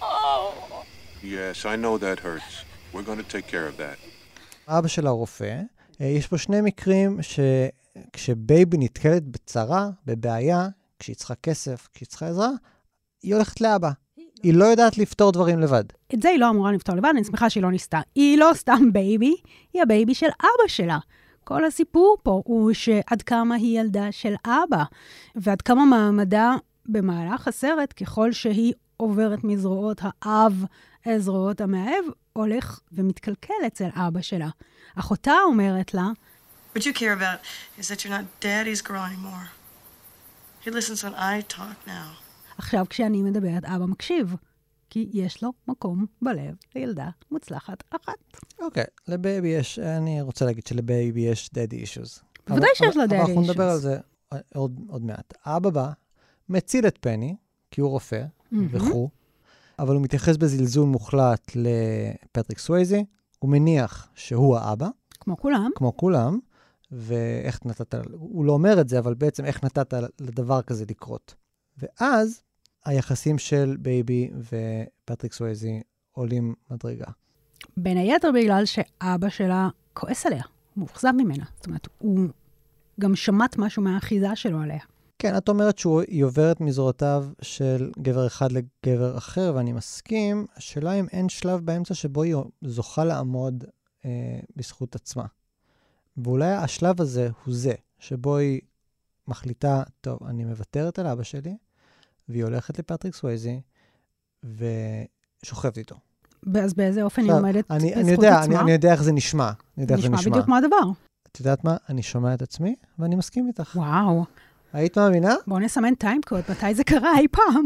Yes, I know that hurts. We're going to take care of that. אבא שלה הוא רופא. יש פה שני מקרים כשבייבי נתקלת בצרה, בבעיה, כשהיא צריכה כסף, כשהיא צריכה עזרה, היא הולכת לאבא. היא לא יודעת לפתור דברים לבד. את זה היא לא אמורה לפתור לבד, אני שמחה שהיא לא ניסתה. היא לא סתם בייבי, היא הבייבי של אבא שלה. כל הסיפור פה הוא שעד כמה היא ילדה של אבא, ועד כמה מעמדה במהלך הסרט, ככל שהיא עוברת מזרועות האב אל זרועות המאהב, הולך ומתקלקל אצל אבא שלה. אחותה אומרת לה, What you care about is that you're not daddy's girl anymore. He listens when I talk now. עכשיו כשאני מדברת, אבא מקשיב, כי יש לו מקום בלב לילדה מוצלחת אחת. אוקיי, לבייבי יש, אני רוצה להגיד שלבייבי יש daddy issues. בוודאי שיש לו daddy issues. אבל אנחנו נדבר על זה עוד מעט. האבא בא, מציל את פני, כי הוא רופא וכו', אבל הוא מתייחס בזלזול מוחלט לפטריק סווייזי, הוא מניח שהוא האבא. כמו כולם. כמו כולם, ואיך נתת, הוא לא אומר את זה, אבל בעצם איך נתת לדבר כזה לקרות. ואז היחסים של בייבי ופטריק סווייזי עולים מדרגה. בין היתר בגלל שאבא שלה כועס עליה, הוא מוחזב ממנה. זאת אומרת, הוא גם שמט משהו מהאחיזה שלו עליה. כן, את אומרת שהיא עוברת מזרועותיו של גבר אחד לגבר אחר, ואני מסכים, השאלה אם אין שלב באמצע שבו היא זוכה לעמוד בזכות עצמה. ואולי השלב הזה הוא זה, שבו היא מחליטה, טוב, אני מוותרת על אבא שלי, והיא הולכת לפטריק סווייזי, ושוכבת איתו. אז באיזה אופן היא עומדת בזכות עצמה? אני יודע איך זה נשמע. נשמע בדיוק מה הדבר. את יודעת מה? אני שומע את עצמי, ואני מסכים איתך. וואו. היית מאמינה? בואו נסמן טיימקוד, מתי זה קרה אי פעם?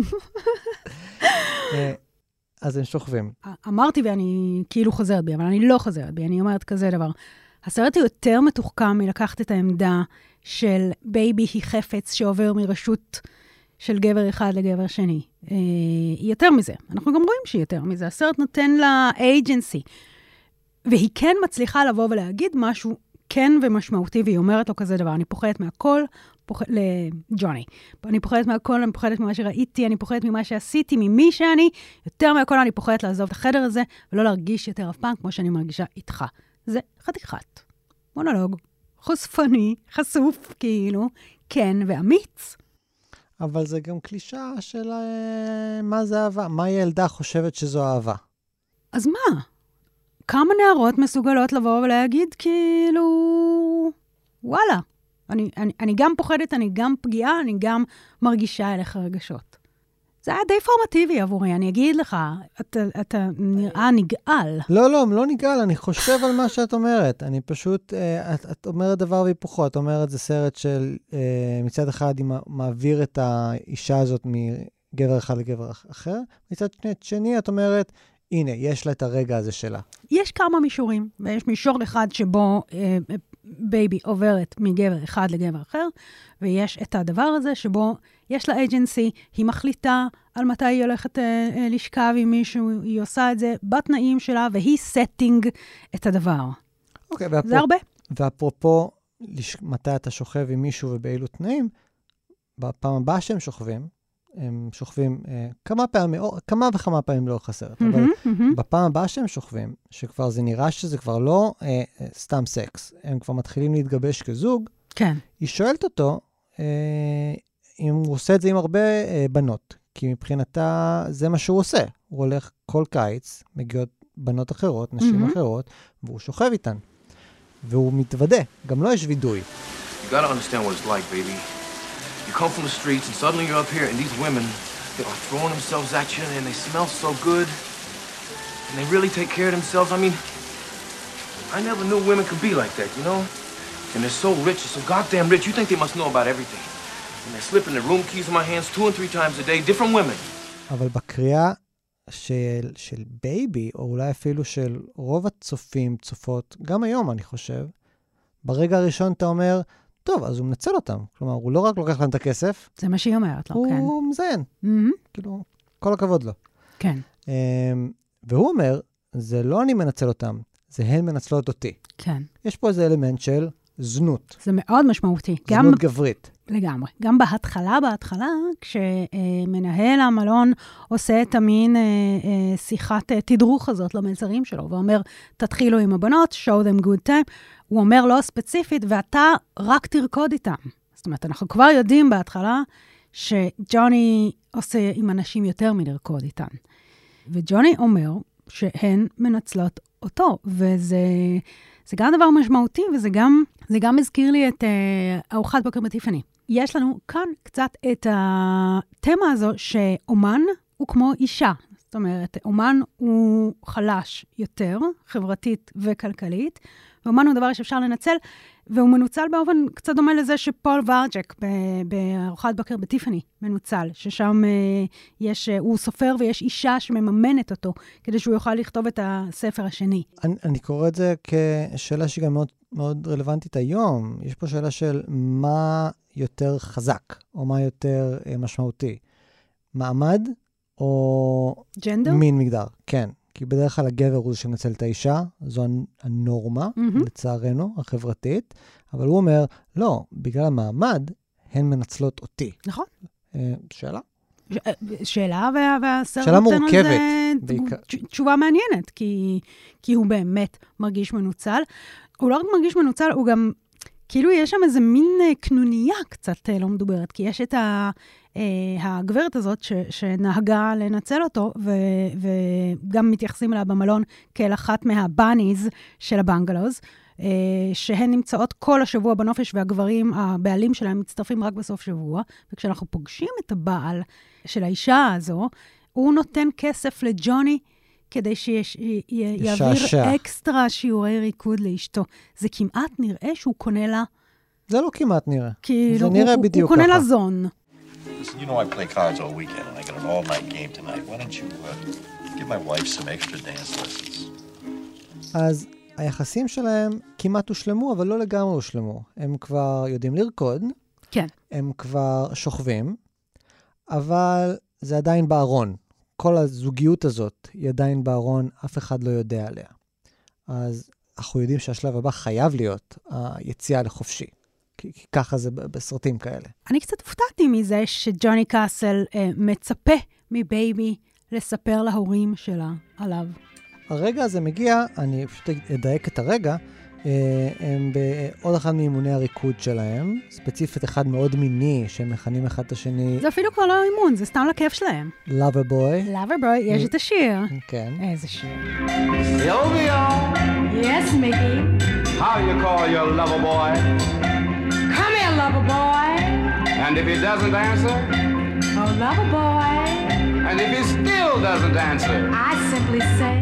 אז הם שוכבים. אמרתי ואני כאילו חוזרת בי, אבל אני לא חוזרת בי, אני אומרת כזה דבר. הסרט הוא יותר מתוחכם מלקחת את העמדה של בייבי היא חפץ שעובר מרשות של גבר אחד לגבר שני. יותר מזה. אנחנו גם רואים שהיא יותר מזה. הסרט נותן לה agency. והיא כן מצליחה לבוא ולהגיד משהו כן ומשמעותי, והיא אומרת לו כזה דבר, אני פוחדת מהכל, לג'וני. אני פוחדת מהכל, אני פוחדת ממה שראיתי, אני פוחדת ממה שעשיתי, ממי שאני, יותר מהכל אני פוחדת לעזוב את החדר הזה, ולא להרגיש יותר אף פעם כמו שאני מרגישה איתך. זה חתיכת. מונולוג, חושפני, חשוף, כאילו, כן ואמיץ. אבל זה גם קלישה של מה זה אהבה, מה ילדה חושבת שזו אהבה. אז מה? כמה נערות מסוגלות לבוא ולהגיד, כאילו, וואלה, אני גם פוחדת, אני גם פגיעה, אני גם מרגישה אליך רגשות. זה היה די פורמטיבי עבורי, אני אגיד לך, אתה נראה נגעל. לא נגעל, אני חושב על מה שאת אומרת. אני פשוט, את אומרת דבר והיפוכו, את אומרת זה סרט של מצד אחד היא מעביר את האישה הזאת מגבר אחד לגבר אחר, מצד שני את אומרת, הנה, יש לה את הרגע הזה שלה. יש כמה מישורים, ויש מישור אחד שבו בייבי עוברת מגבר אחד לגבר אחר, ויש את הדבר הזה שבו יש לה agency, היא מחליטה על מתי היא הולכת לשכב עם מישהו, היא עושה את זה בתנאים שלה, והיא setting את הדבר. אוקיי, זה הרבה. ואפרופו, מתי אתה שוכב עם מישהו ובאילו תנאים, בפעם הבאה שהם שוכבים, הם שוכבים כמה וכמה פעמים לאורך הסרט, אבל בפעם הבאה שהם שוכבים, שכבר זה נראה שזה כבר לא סתם סקס, הם כבר מתחילים להתגבש כזוג, כן. היא שואלת אותו אם הוא עושה את זה עם הרבה בנות, כי מבחינתה זה מה שהוא עושה. הוא הולך כל קיץ, מגיעות בנות אחרות, נשים אחרות, והוא שוכב איתן. והוא מתוודה, גם לא יש וידוי. You gotta understand what it's like, baby. You come from the streets and suddenly you're up here and these women, they are throwing themselves at you and they smell so good. And they really take care of themselves. I mean, I never knew women could be like that, you know? And they're so rich, they're so goddamn rich, you think they must know about everything. And they're slipping their room keys in my hands 2 and 3 times a day, different women. אבל בקריאה של בייבי, או אולי אפילו של רוב הצופים, צופות, גם היום אני חושב, ברגע הראשון אתה אומר, טוב, אז הוא מנצל אותם. כלומר, הוא לא רק לוקח להם את הכסף, זה מה שהיא אומרת לו, כן. הוא מזיין. כאילו, כל הכבוד לו. כן. והוא אומר, זה לא אני מנצל אותם, זה הן מנצלות אותי. כן. יש פה איזה אלמנט של זנות. זה מאוד משמעותי. זנות גברית. לגמרי. גם בהתחלה, כשמנהל המלון עושה את המין שיחת תדרוך הזאת למלצרים שלו, ואומר, תתחילו עם הבנות, show them good time, הוא אומר לא ספציפית, ואתה רק תרקוד איתם. זאת אומרת, אנחנו כבר יודעים בהתחלה שג'וני עושה עם אנשים יותר מלרקוד איתן. וג'וני אומר שהן מנצלות אותו, וזה גם דבר משמעותי, וזה גם הזכיר לי את ארוחת בוקר בטיפאני. יש לנו כאן קצת את התמה הזו שאומן הוא כמו אישה. זאת אומרת, אומן הוא חלש יותר, חברתית וכלכלית, ואומן הוא דבר שאפשר לנצל, והוא מנוצל באופן קצת דומה לזה שפול ורג'ק בארוחת בוקר בטיפאני מנוצל, ששם הוא סופר ויש אישה שמממנת אותו, כדי שהוא יוכל לכתוב את הספר השני. אני קורא את זה כשאלה שהיא גם מאוד, מאוד רלוונטית היום. יש פה שאלה של מה יותר חזק, או מה יותר משמעותי. מעמד או ג'נדר? מין מגדר, כן. כי בדרך כלל הגבר הוא זה שמנצל את האישה, זו הנורמה, לצערנו, החברתית, אבל הוא אומר, לא, בגלל המעמד, הן מנצלות אותי. נכון. שאלה? שאלה, והסרט שאלה נותן מורכבת. על זה תשובה מעניינת, כי הוא באמת מרגיש מנוצל. הוא לא רק מרגיש מנוצל, הוא גם, כאילו יש שם איזה מין קנוניה קצת לא מדוברת, כי יש את הגברת הזאת שנהגה לנצל אותו, וגם מתייחסים אליה במלון כאל אחת מהבאניז של הבנגלוז, שהן נמצאות כל השבוע בנופש, והגברים, הבעלים שלהם, מצטרפים רק בסוף שבוע, וכשאנחנו פוגשים את הבעל של האישה הזו, הוא נותן כסף לג'וני, כדי שיעביר אקסטרה שיעורי ריקוד לאשתו. זה כמעט נראה שהוא קונה לה... זה לא כמעט נראה. כאילו, זה נראה בדיוק ככה. הוא ככה. קונה לה זון. Listen, you know I play cards all weekend, and I got an all-night game tonight. Why don't you give my wife some extra dance lessons? אז היחסים שלהם כמעט הושלמו, אבל לא לגמרי הושלמו. הם כבר יודעים לרקוד. כן. הם כבר שוכבים, אבל זה עדיין בארון. כל הזוגיות הזאת היא עדיין בארון, אף אחד לא יודע עליה. אז אנחנו יודעים שהשלב הבא חייב להיות היציאה לחופשי. כי ככה זה בסרטים כאלה. אני קצת הופתעתי מזה שג'וני קאסל מצפה מבייבי לספר להורים שלה עליו. הרגע הזה מגיע, אני פשוט אדייק את הרגע, הם בעוד אחד מאימוני הריקוד שלהם, ספציפית אחד מאוד מיני, שהם מכנים אחד את השני... זה אפילו כבר לא אימון, זה סתם לכיף שלהם. Loverboy. Loverboy, יש את השיר. כן. איזה שיר. Sylvia! Yes, Mickey. How you call your lover boy? Come here, lover boy. And if he doesn't answer? Oh, lover boy. And if he still doesn't answer? I simply say,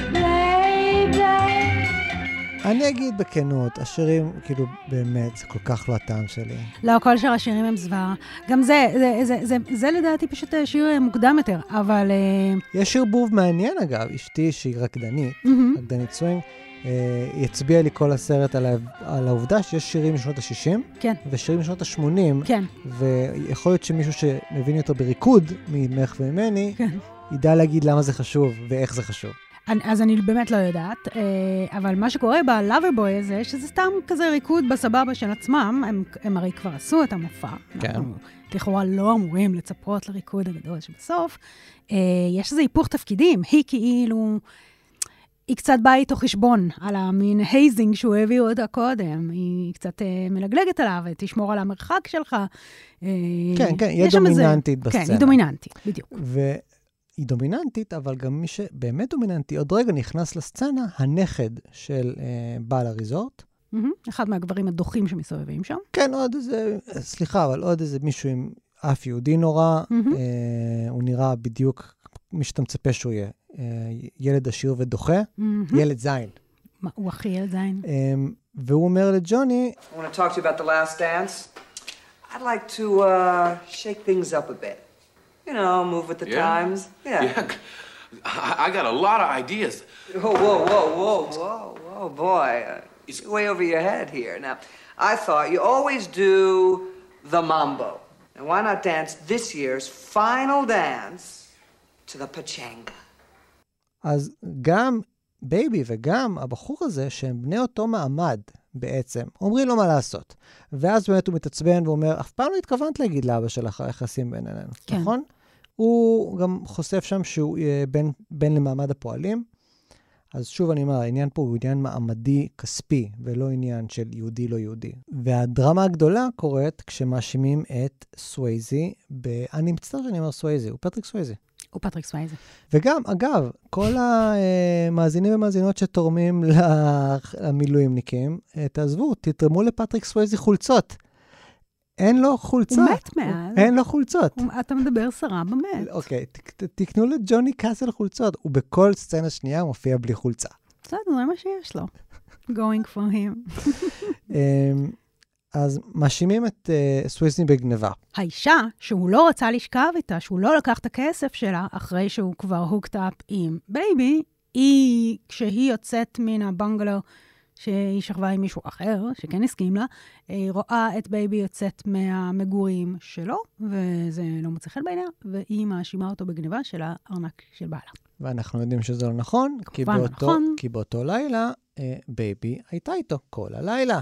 baby. אני אגיד בכנות, השירים, כאילו, באמת, זה כל כך לא הטעם שלי. לא, כל שאר השירים הם זוועה. גם זה לדעתי פשוט שיר מוקדם יותר, אבל... יש שיר בוב מעניין, אגב, אשתי שהיא רקדנית, רקדנית סווינג, היא הצביעה לי כל הסרט על העובדה שיש שירים משנות ה-60, כן. ושירים משנות ה-80, כן. ויכול להיות שמישהו שמבין יותר בריקוד, ממך וממני, כן. ידע להגיד למה זה חשוב ואיך זה חשוב. אז אני באמת לא יודעת, אבל מה שקורה בלאברבוי הזה, שזה סתם כזה ריקוד בסבבה של עצמם, הם הרי כבר עשו את המופע. כן. לכאורה לא אמורים לצפות לריקוד הגדול שבסוף. יש איזה היפוך תפקידים, היא כאילו... היא קצת באה איתו חשבון על המין הייזינג שהוא הביא אותה קודם. היא קצת מלגלגת עליו, תשמור על המרחק שלך. כן, כן, היא דומיננטית בסצנה. כן, היא דומיננטית, בדיוק. היא דומיננטית, אבל גם מי שבאמת דומיננטי, עוד רגע נכנס לסצנה, הנכד של בעל הריזורט. אחד מהגברים הדוחים שמסובבים שם. כן, עוד איזה, סליחה, אבל עוד איזה מישהו עם אף יהודי נורא. הוא נראה בדיוק מי שאתה מצפה שהוא יהיה. ילד עשיר ודוחה, ילד זין. הוא הכי ילד זין. והוא אומר לג'וני, I want to talk to you about the last dance. I'd like to shake things up a bit. You know, move with the times. Yeah. I got a lot of ideas. Whoa, boy. It's way over your head here. Now, I thought you always do the mambo. And why not dance this year's final dance to the pachanga? אז גם בייבי וגם הבחור הזה, שהם בני אותו מעמד בעצם, אומרים לו מה לעשות. ואז באמת הוא מתעצבן ואומר, אף פעם לא התכוונת להגיד לאבא שלך היחסים בינינו, כן. נכון? הוא גם חושף שם שהוא בן למעמד הפועלים. אז שוב אני אומר, העניין פה הוא עניין מעמדי כספי, ולא עניין של יהודי לא יהודי. והדרמה הגדולה קורית כשמאשימים את סווייזי, אני מצטער שאני אומר סווייזי, הוא פטריק סווייזי. הוא פטריק סווייזי. וגם, אגב, כל המאזינים ומאזינות שתורמים למילואימניקים, תעזבו, תתרמו לפטריק סווייזי חולצות. אין לו חולצות. הוא מת מאז. אין לו חולצות. אתה מדבר שרה במת. אוקיי, תקנו לג'וני קאסל חולצות. הוא בכל סצנה שנייה מופיע בלי חולצה. בסדר, זה מה שיש לו. Going for him. אז מאשימים את סוויזי בגניבה. האישה שהוא לא רצה לשכב איתה, שהוא לא לקח את הכסף שלה, אחרי שהוא כבר הוקט אפ עם בייבי, כשהיא יוצאת מן הבנגלו, שהיא שכבה עם מישהו אחר, שכן הסכים לה, היא רואה את בייבי יוצאת מהמגורים שלו, וזה לא מוצא חן בעיניה, והיא מאשימה אותו בגניבה של הארנק של בעלה. ואנחנו יודעים שזה לא נכון, כי באותו לילה, בייבי הייתה איתו כל הלילה.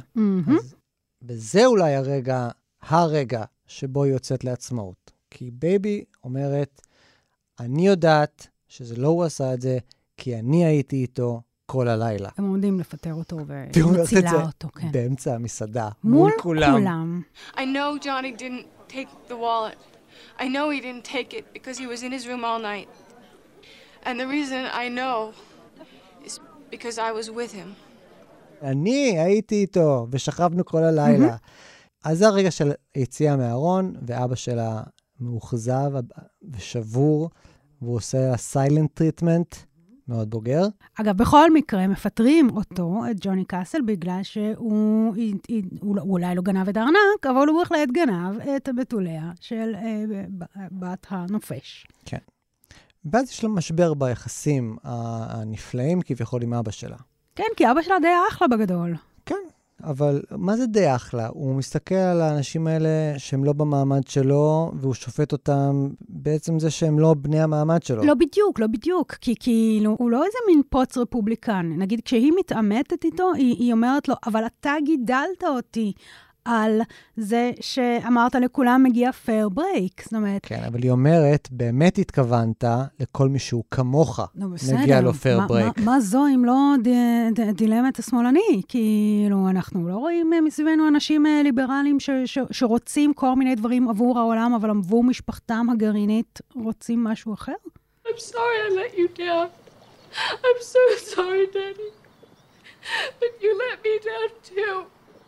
וזה אולי הרגע שבו היא יוצאת לעצמאות. כי בייבי אומרת, אני יודעת שזה לא הוא עשה את זה, כי אני הייתי איתו כל הלילה. הם עומדים לפטר אותו ומצילה אותו, כן. באמצע המסעדה, מול כולם. I know Johnny didn't take the wallet. I know he didn't take it because he was in his room all night. And the reason I know is because I was with him. אני הייתי איתו, ושכבנו כל הלילה. אז זה הרגע של היציאה מהארון, ואבא שלה מאוכזב ושבור, והוא עושה סיילנט טריטמנט, מאוד בוגר. אגב, בכל מקרה, מפטרים אותו, את ג'וני קאסל, בגלל שהוא אולי לא גנב את הארנק, אבל הוא בהחלט גנב את הבתוליה של בת הנופש. כן. ואז יש לו משבר ביחסים הנפלאים, כביכול עם אבא שלה. כן, כי אבא שלה די אחלה בגדול. כן, אבל מה זה די אחלה? הוא מסתכל על האנשים האלה שהם לא במעמד שלו, והוא שופט אותם בעצם זה שהם לא בני המעמד שלו. לא בדיוק, כי כאילו, הוא לא איזה מין פוץ רפובליקן. נגיד, כשהיא מתעמתת איתו, היא אומרת לו, אבל אתה גידלת אותי על זה שאמרת לכולם מגיע פייר ברייק. זאת אומרת... כן, אבל היא אומרת, באמת התכוונת לכל מישהו כמוך, מגיע לו פייר ברייק. מה זו אם לא דילמת השמאלני? כאילו, אנחנו לא רואים מסביבנו אנשים ליברליים שרוצים כל מיני דברים עבור העולם, אבל עבור משפחתם הגרעינית רוצים משהו אחר? I'm sorry I let you down. I'm so sorry, Daddy. But you let me down too.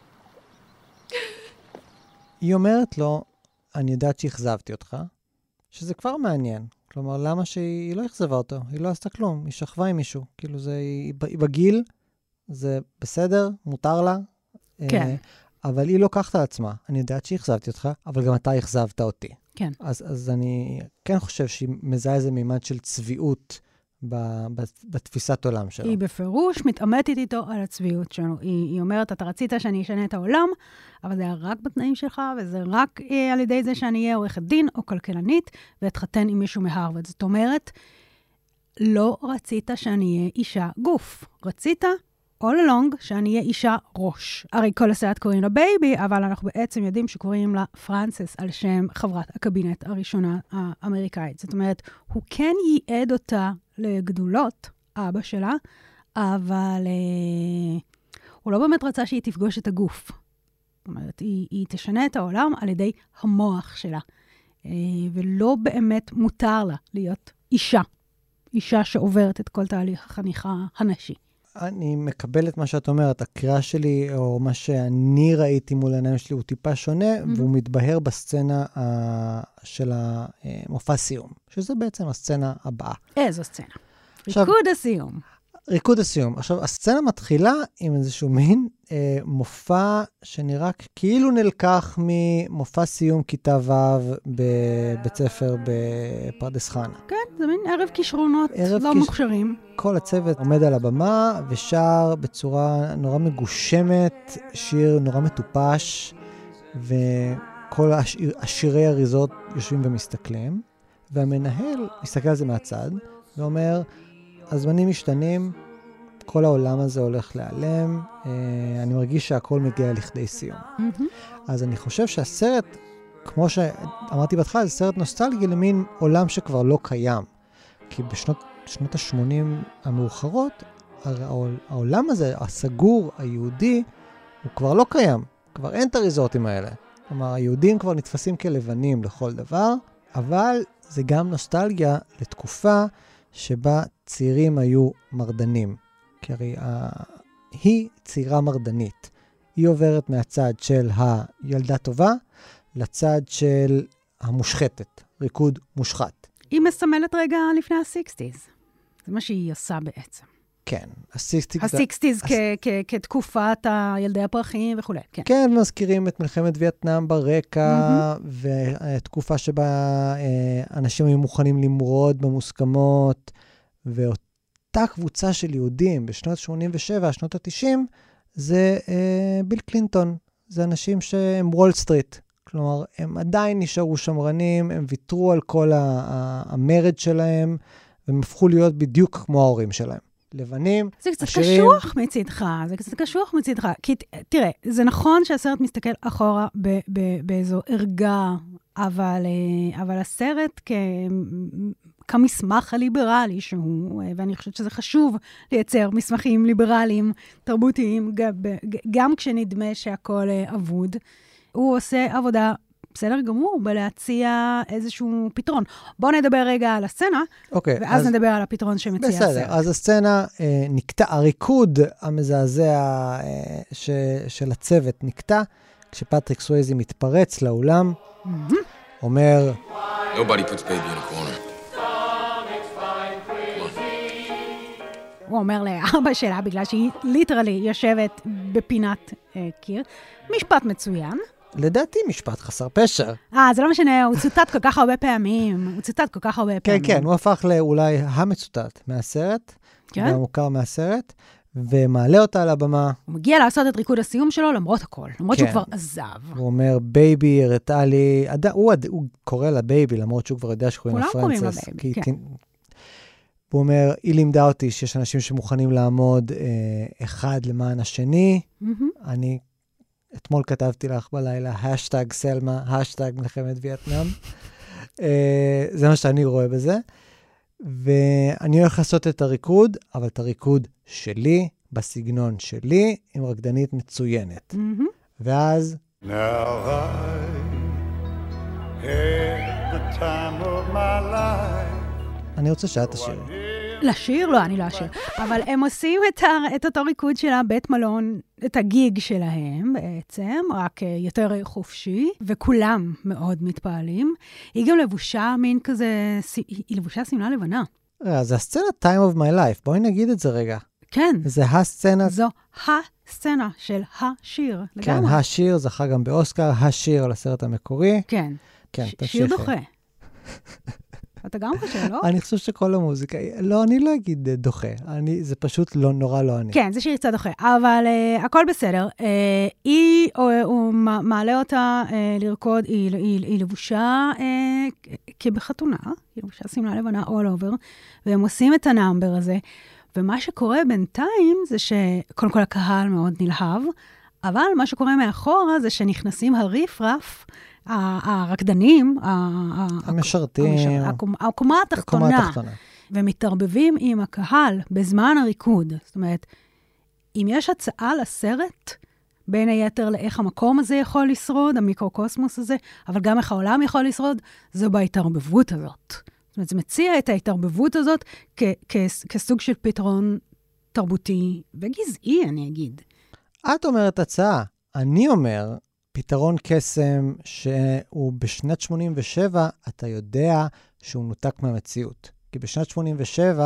היא אומרת לו, אני יודעת שהחזבתי אותך, שזה כבר מעניין. כלומר, למה שהיא לא החזבה אותו? היא לא עשתה כלום, היא שכבה עם מישהו. כאילו, היא בגיל, זה בסדר, מותר לה. כן. אבל היא לוקחת על עצמה. אני יודעת שהחזבתי אותך, אבל גם אתה החזבת אותי. כן. אז אני כן חושב שהיא מזהה איזה מימד של צביעות בתפיסת עולם שלו. היא בפירוש מתעמתת איתו על הצביעות שלו. היא אומרת, אתה רצית שאני אשנה את העולם, אבל זה היה רק בתנאים שלך, וזה רק על ידי זה שאני אהיה עורכת דין או כלכלנית, ואתחתן עם מישהו מהרווארד. זאת אומרת, לא רצית שאני אהיה אישה גוף. רצית all along שאני אהיה אישה ראש. הרי כל הסרט קוראים לה בייבי, אבל אנחנו בעצם יודעים שקוראים לה פרנסס על שם חברת הקבינט הראשונה האמריקאית. זאת אומרת, הוא כן ייעד אותה לגדולות, אבא שלה, אבל הוא לא באמת רצה שהיא תפגוש את הגוף. זאת אומרת, היא תשנה את העולם על ידי המוח שלה, ולא באמת מותר לה להיות אישה. אישה שעוברת את כל תהליך החניכה הנשי. אני מקבל את מה שאת אומרת. הקריאה שלי, או מה שאני ראיתי מול העיניים שלי, הוא טיפה שונה, והוא מתבהר בסצנה של המופע סיום, שזה בעצם הסצנה הבאה. איזו סצנה? ריקוד הסיום. ריקוד הסיום. עכשיו, הסצנה מתחילה עם איזשהו מין מופע שנראה כאילו נלקח ממופע סיום כיתה ו' בבית ספר בפרדס חנה. כן, זה מין ערב כישרונות לא מוכשרים. כל הצוות עומד על הבמה ושר בצורה נורא מגושמת, שיר נורא מטופש, וכל השירי אריזות יושבים ומסתכלים, והמנהל מסתכל על זה מהצד ואומר, הזמנים משתנים, כל העולם הזה הולך להיעלם, אני מרגיש שהכל מגיע לכדי סיום. אז אני חושב שהסרט, כמו שאמרתי בהתחלה, זה סרט נוסטלגי למין עולם שכבר לא קיים. כי בשנות ה-80 המאוחרות, העולם הזה, הסגור, היהודי, הוא כבר לא קיים. כבר אין את הריזורטים האלה. כלומר, היהודים כבר נתפסים כלבנים לכל דבר, אבל זה גם נוסטלגיה לתקופה שבה צעירים היו מרדנים. כי הרי היא צעירה מרדנית. היא עוברת מהצד של הילדה טובה לצד של המושחתת, ריקוד מושחת. היא מסמלת רגע לפני ה-60s. זה מה שהיא עושה בעצם. כן, ה-60s כתקופת ילדי הפרחים וכו'. כן, מזכירים את מלחמת וייטנאם ברקע, ותקופה שבה אנשים היו מוכנים למרוד במוסכמות, ואותה קבוצה של יהודים בשנות 87, שנות ה-90, זה ביל קלינטון. זה אנשים שהם וול סטריט. כלומר, הם עדיין נשארו שמרנים, הם ויתרו על כל המרד שלהם, והם הפכו להיות בדיוק כמו ההורים שלהם. לבנים, זה קצת עשירים. קשוח מצדך. כי תראה, זה נכון שהסרט מסתכל אחורה באיזו ערגה, אבל הסרט כמסמך הליברלי שהוא, ואני חושבת שזה חשוב לייצר מסמכים ליברליים, תרבותיים, גם כשנדמה שהכל אבוד. הוא עושה עבודה בסדר גמור בלהציע איזשהו פתרון. בואו נדבר רגע על הסצנה, ואז נדבר על הפתרון שמציע הסרט. בסדר, אז הסצנה נקטע, הריקוד המזעזע של הצוות נקטע, כשפטריק סווייזי מתפרץ לאולם, אומר, Nobody puts baby in a corner. הוא אומר לאבא שלה, בגלל שהיא ליטרלי יושבת בפינת קיר. משפט מצוין. לדעתי משפט חסר פשר. זה לא משנה, הוא צוטט כל כך הרבה פעמים. כן, הוא הפך לאולי המצוטט מהסרט, והמוכר מהסרט, ומעלה אותה על הבמה. הוא מגיע לעשות את ריקוד הסיום שלו למרות הכל, למרות שהוא כבר עזב. הוא אומר, בייבי, הראתה לי, הוא קורא לה בייבי, למרות שהוא כבר יודע שקוראים לה פרנסס. כולם קוראים לה בייבי, כן. הוא אומר, היא לימדה אותי שיש אנשים שמוכנים לעמוד אחד למען השני. אני אתמול כתבתי לך בלילה, השטג סלמה, השטג מלחמת וייטנאם. זה מה שאני רואה בזה. ואני הולך לעשות את הריקוד, אבל את הריקוד שלי, בסגנון שלי, עם רקדנית מצוינת. ואז... Now I had the time of my life. אני רוצה שאת תשאירי. לשיר? לא, אני לא אשיר. אבל הם עושים את אותו ריקוד של הבית מלון, את הגיג שלהם בעצם, רק יותר חופשי, וכולם מאוד מתפעלים. היא גם לבושה מין כזה, היא לבושה סמלה לבנה. זה הסצנה Time of my life, בואי נגיד את זה רגע. כן. זה הסצנה... זו הסצנה של השיר. כן, השיר, זכה גם באוסקר, השיר על הסרט המקורי. כן. כן, שיר דוחה. אתה גם חושב, לא? אני חושב שכל המוזיקה, לא, אני לא אגיד דוחה, זה פשוט לא נורא לא אני. כן, זה שיר קצת דוחה, אבל הכל בסדר. הוא מעלה אותה לרקוד, היא לבושה כבחתונה, היא לבושה סמלה לבנה all over, והם עושים את הנאמבר הזה, ומה שקורה בינתיים זה שקודם כל הקהל מאוד נלהב, אבל מה שקורה מאחורה זה שנכנסים הריף-רף, הרקדנים, המשרתים, הקומה התחתונה, ומתערבבים עם הקהל בזמן הריקוד. זאת אומרת, אם יש הצעה לסרט, בין היתר לאיך המקום הזה יכול לשרוד, המיקרוקוסמוס הזה, אבל גם איך העולם יכול לשרוד, זו בהתערבבות הזאת. זאת אומרת, זה מציע את ההתערבבות הזאת כסוג של פתרון תרבותי וגזעי, אני אגיד. את אומרת הצעה, אני אומר... פתרון קסם שהוא בשנת 87, אתה יודע שהוא נותק מהמציאות. כי בשנת 87,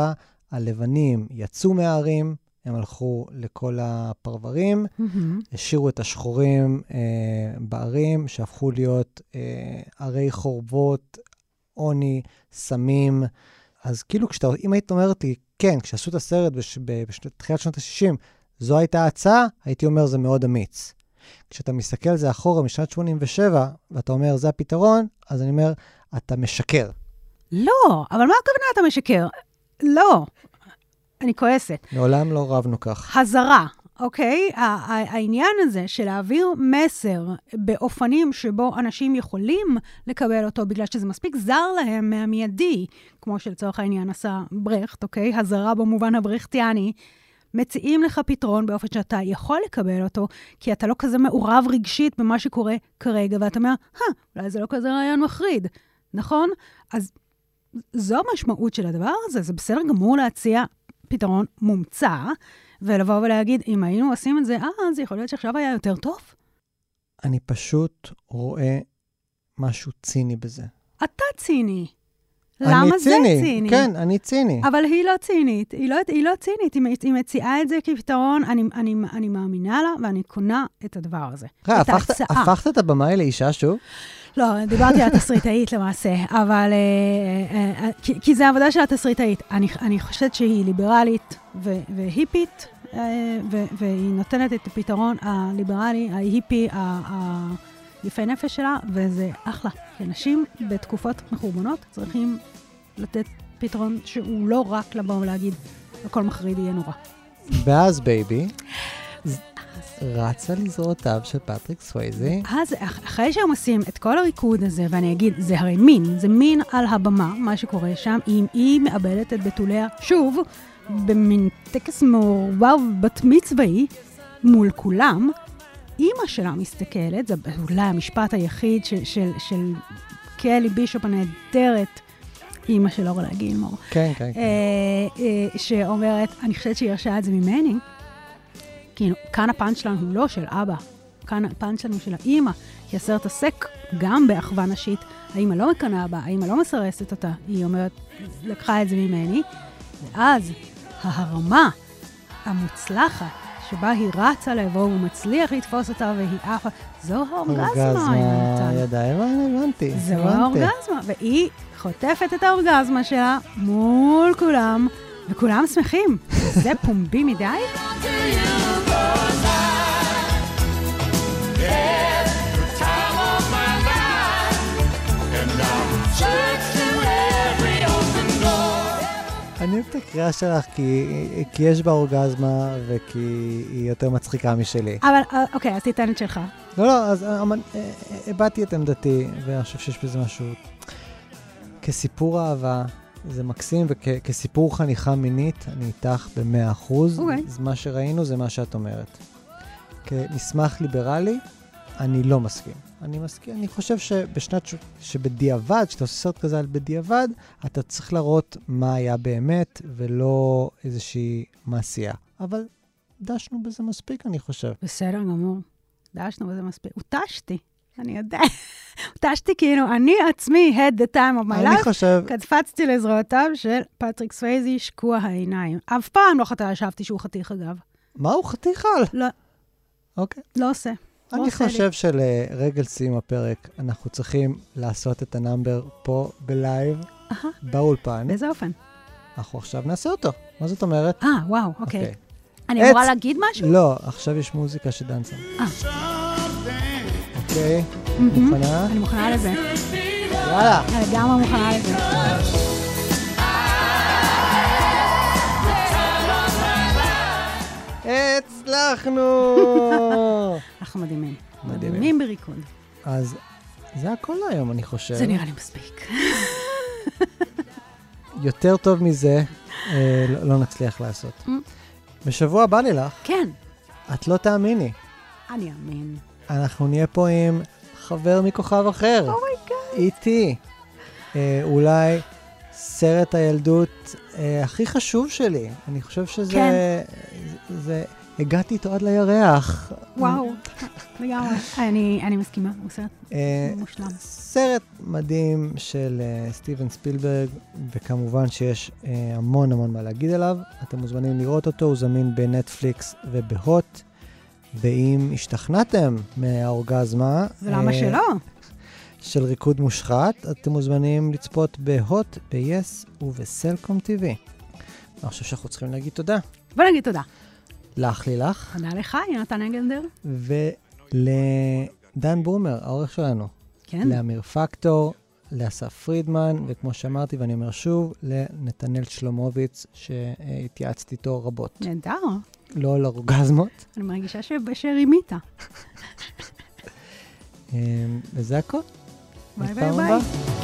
הלבנים יצאו מהערים, הם הלכו לכל הפרברים, השאירו את השחורים בערים, שהפכו להיות ערי חורבות, עוני, סמים. אז כאילו, אם היית אומרת לי, כן, כשעשו את הסרט בתחילת שנות ה-60, זו הייתה ההצעה, הייתי אומר, זה מאוד אמיץ. כשאתה מסתכל על זה אחורה משנת 87, ואתה אומר, זה הפתרון, אז אני אומר, אתה משקר. לא, אבל מה הכוונה אתה משקר? לא, אני כועסת. לעולם לא רבנו כך. הזרה, אוקיי? העניין הזה של להעביר מסר באופנים שבו אנשים יכולים לקבל אותו, בגלל שזה מספיק זר להם מהמיידי, כמו שלצורך העניין עשה ברכט, אוקיי? הזרה במובן הברכטיאני, מציעים לך פתרון באופן שאתה יכול לקבל אותו, כי אתה לא כזה מעורב רגשית במה שקורה כרגע, ואתה אומר, אולי זה לא כזה רעיון מחריד, נכון? אז זו המשמעות של הדבר הזה, זה בסדר גמור להציע פתרון מומצא, ולבוא ולהגיד, אם היינו עושים את זה, אז יכול להיות שעכשיו היה יותר טוב. אני פשוט רואה משהו ציני בזה. אתה ציני. למה זה ציני? כן, אני ציני. אבל היא לא צינית. היא לא צינית. היא מציעה את זה כפתרון, אני מאמינה לה, ואני קונה את הדבר הזה. הפכת את הבמאי לאישה שוב? לא, דיברתי על התסריטאית למעשה, אבל... כי זה העבודה של התסריטאית. אני חושבת שהיא ליברלית והיפית, והיא נותנת את הפתרון הליברלי, ההיפי, יפה נפש שלה, וזה אחלה. כי אנשים בתקופות מחורבנות צריכים לתת פתרון שהוא לא רק לבוא ולהגיד, הכל מחריד יהיה נורא. ואז בייבי, רצה לזרועותיו של פטריק סווייזי. אז אחרי שהם עושים את כל הריקוד הזה, ואני אגיד, זה הרי מין, זה מין על הבמה, מה שקורה שם, אם היא מאבדת את בתוליה שוב, במין טקס מעורבב בת מצווי, מול כולם, אמא שלה מסתכלת, זה אולי המשפט היחיד של קלי בישופ הנהדרת, אמא של אורלה גילמור. כן, כן. שאומרת, אני חושבת שהיא הרשעה את זה ממני, כי כאן הפאנץ' שלנו הוא לא של אבא, כאן הפאנץ' שלנו של האמא, כי הסרט עסק גם באחווה נשית, האמא לא מקנה בה, האמא לא מסרסת אותה, היא אומרת, לקחה את זה ממני, ואז ההרמה המוצלחת, שבה היא רצה לבוא, הוא מצליח לתפוס אותה, והיא אפה, זו האורגזמה. ידיים, הבנתי. זו האורגזמה, והיא חוטפת את האורגזמה שלה מול כולם, וכולם שמחים. זה פומבי מדי? אני אוהב את הקריאה שלך, כי יש בה אורגזמה, וכי היא יותר מצחיקה משלי. אבל, אוקיי, אז תיתן את שלך. לא, אז הבאתי את עמדתי, ואני חושב שיש בזה משהו. כסיפור אהבה, זה מקסים, וכסיפור חניכה מינית, אני איתך ב100%. אז מה שראינו זה מה שאת אומרת. כמסמך ליברלי, אני לא מסכים. אני חושב שבדיעבד, שאתה עושה סרט כזה על בדיעבד, אתה צריך לראות מה היה באמת, ולא איזושהי מעשייה. אבל דשנו בזה מספיק, אני חושב. בסדר גמור. דשנו בזה מספיק. הותשתי, אני יודע. הותשתי כאילו, אני עצמי, had the time of my life, אני חושב... קצפצתי לזרועותיו של פטריק סווייזי, שקוע העיניים. אף פעם לא חשבתי שהוא חתיך, אגב. מה הוא חתיך על? לא. אוקיי. לא עושה. אני חושב שלרגל סיום הפרק, אנחנו צריכים לעשות את הנאמבר פה בלייב, באולפן. באיזה אופן? אנחנו עכשיו נעשה אותו. מה זאת אומרת? וואו, אוקיי. אני אמורה להגיד משהו? לא, עכשיו יש מוזיקה שדנסה. אוקיי, מוכנה? אני מוכנה לזה. יאללה. אני גם מוכנה לזה. הצלחנו! אנחנו מדהימים. מדהימים בריקוד. אז זה הכל היום, אני חושב. זה נראה לי מספיק. יותר טוב מזה לא נצליח לעשות. בשבוע הבא לילך. כן. את לא תאמיני. אני אאמין. אנחנו נהיה פה עם חבר מכוכב אחר. אומייגאד. איתי. אולי סרט הילדות הכי חשוב שלי. אני חושב שזה... כן. הגעתי איתו עד לירח. וואו. לגמרי. אני מסכימה, הוא סרט מושלם. סרט מדהים של סטיבן ספילברג, וכמובן שיש המון מה להגיד עליו. אתם מוזמנים לראות אותו, הוא זמין בנטפליקס ובהוט. ואם השתכנעתם מהאורגזמה... ולמה שלא? של ריקוד מושחת, אתם מוזמנים לצפות בהוט, ב-yes ובסלקום TV. אני חושב שאנחנו צריכים להגיד תודה. בוא נגיד תודה. לך לילך. תודה לך, יונתן אנגלנדר. ולדן ברומר, העורך שלנו. כן. לאמיר פקטור, לאסף פרידמן, וכמו שאמרתי ואני אומר שוב, לנתנאל שלומוביץ, שהתייעצתי איתו רבות. נהדר. לא על אורגזמות. אני מרגישה שרימית. וזה הכל. ביי ביי ביי.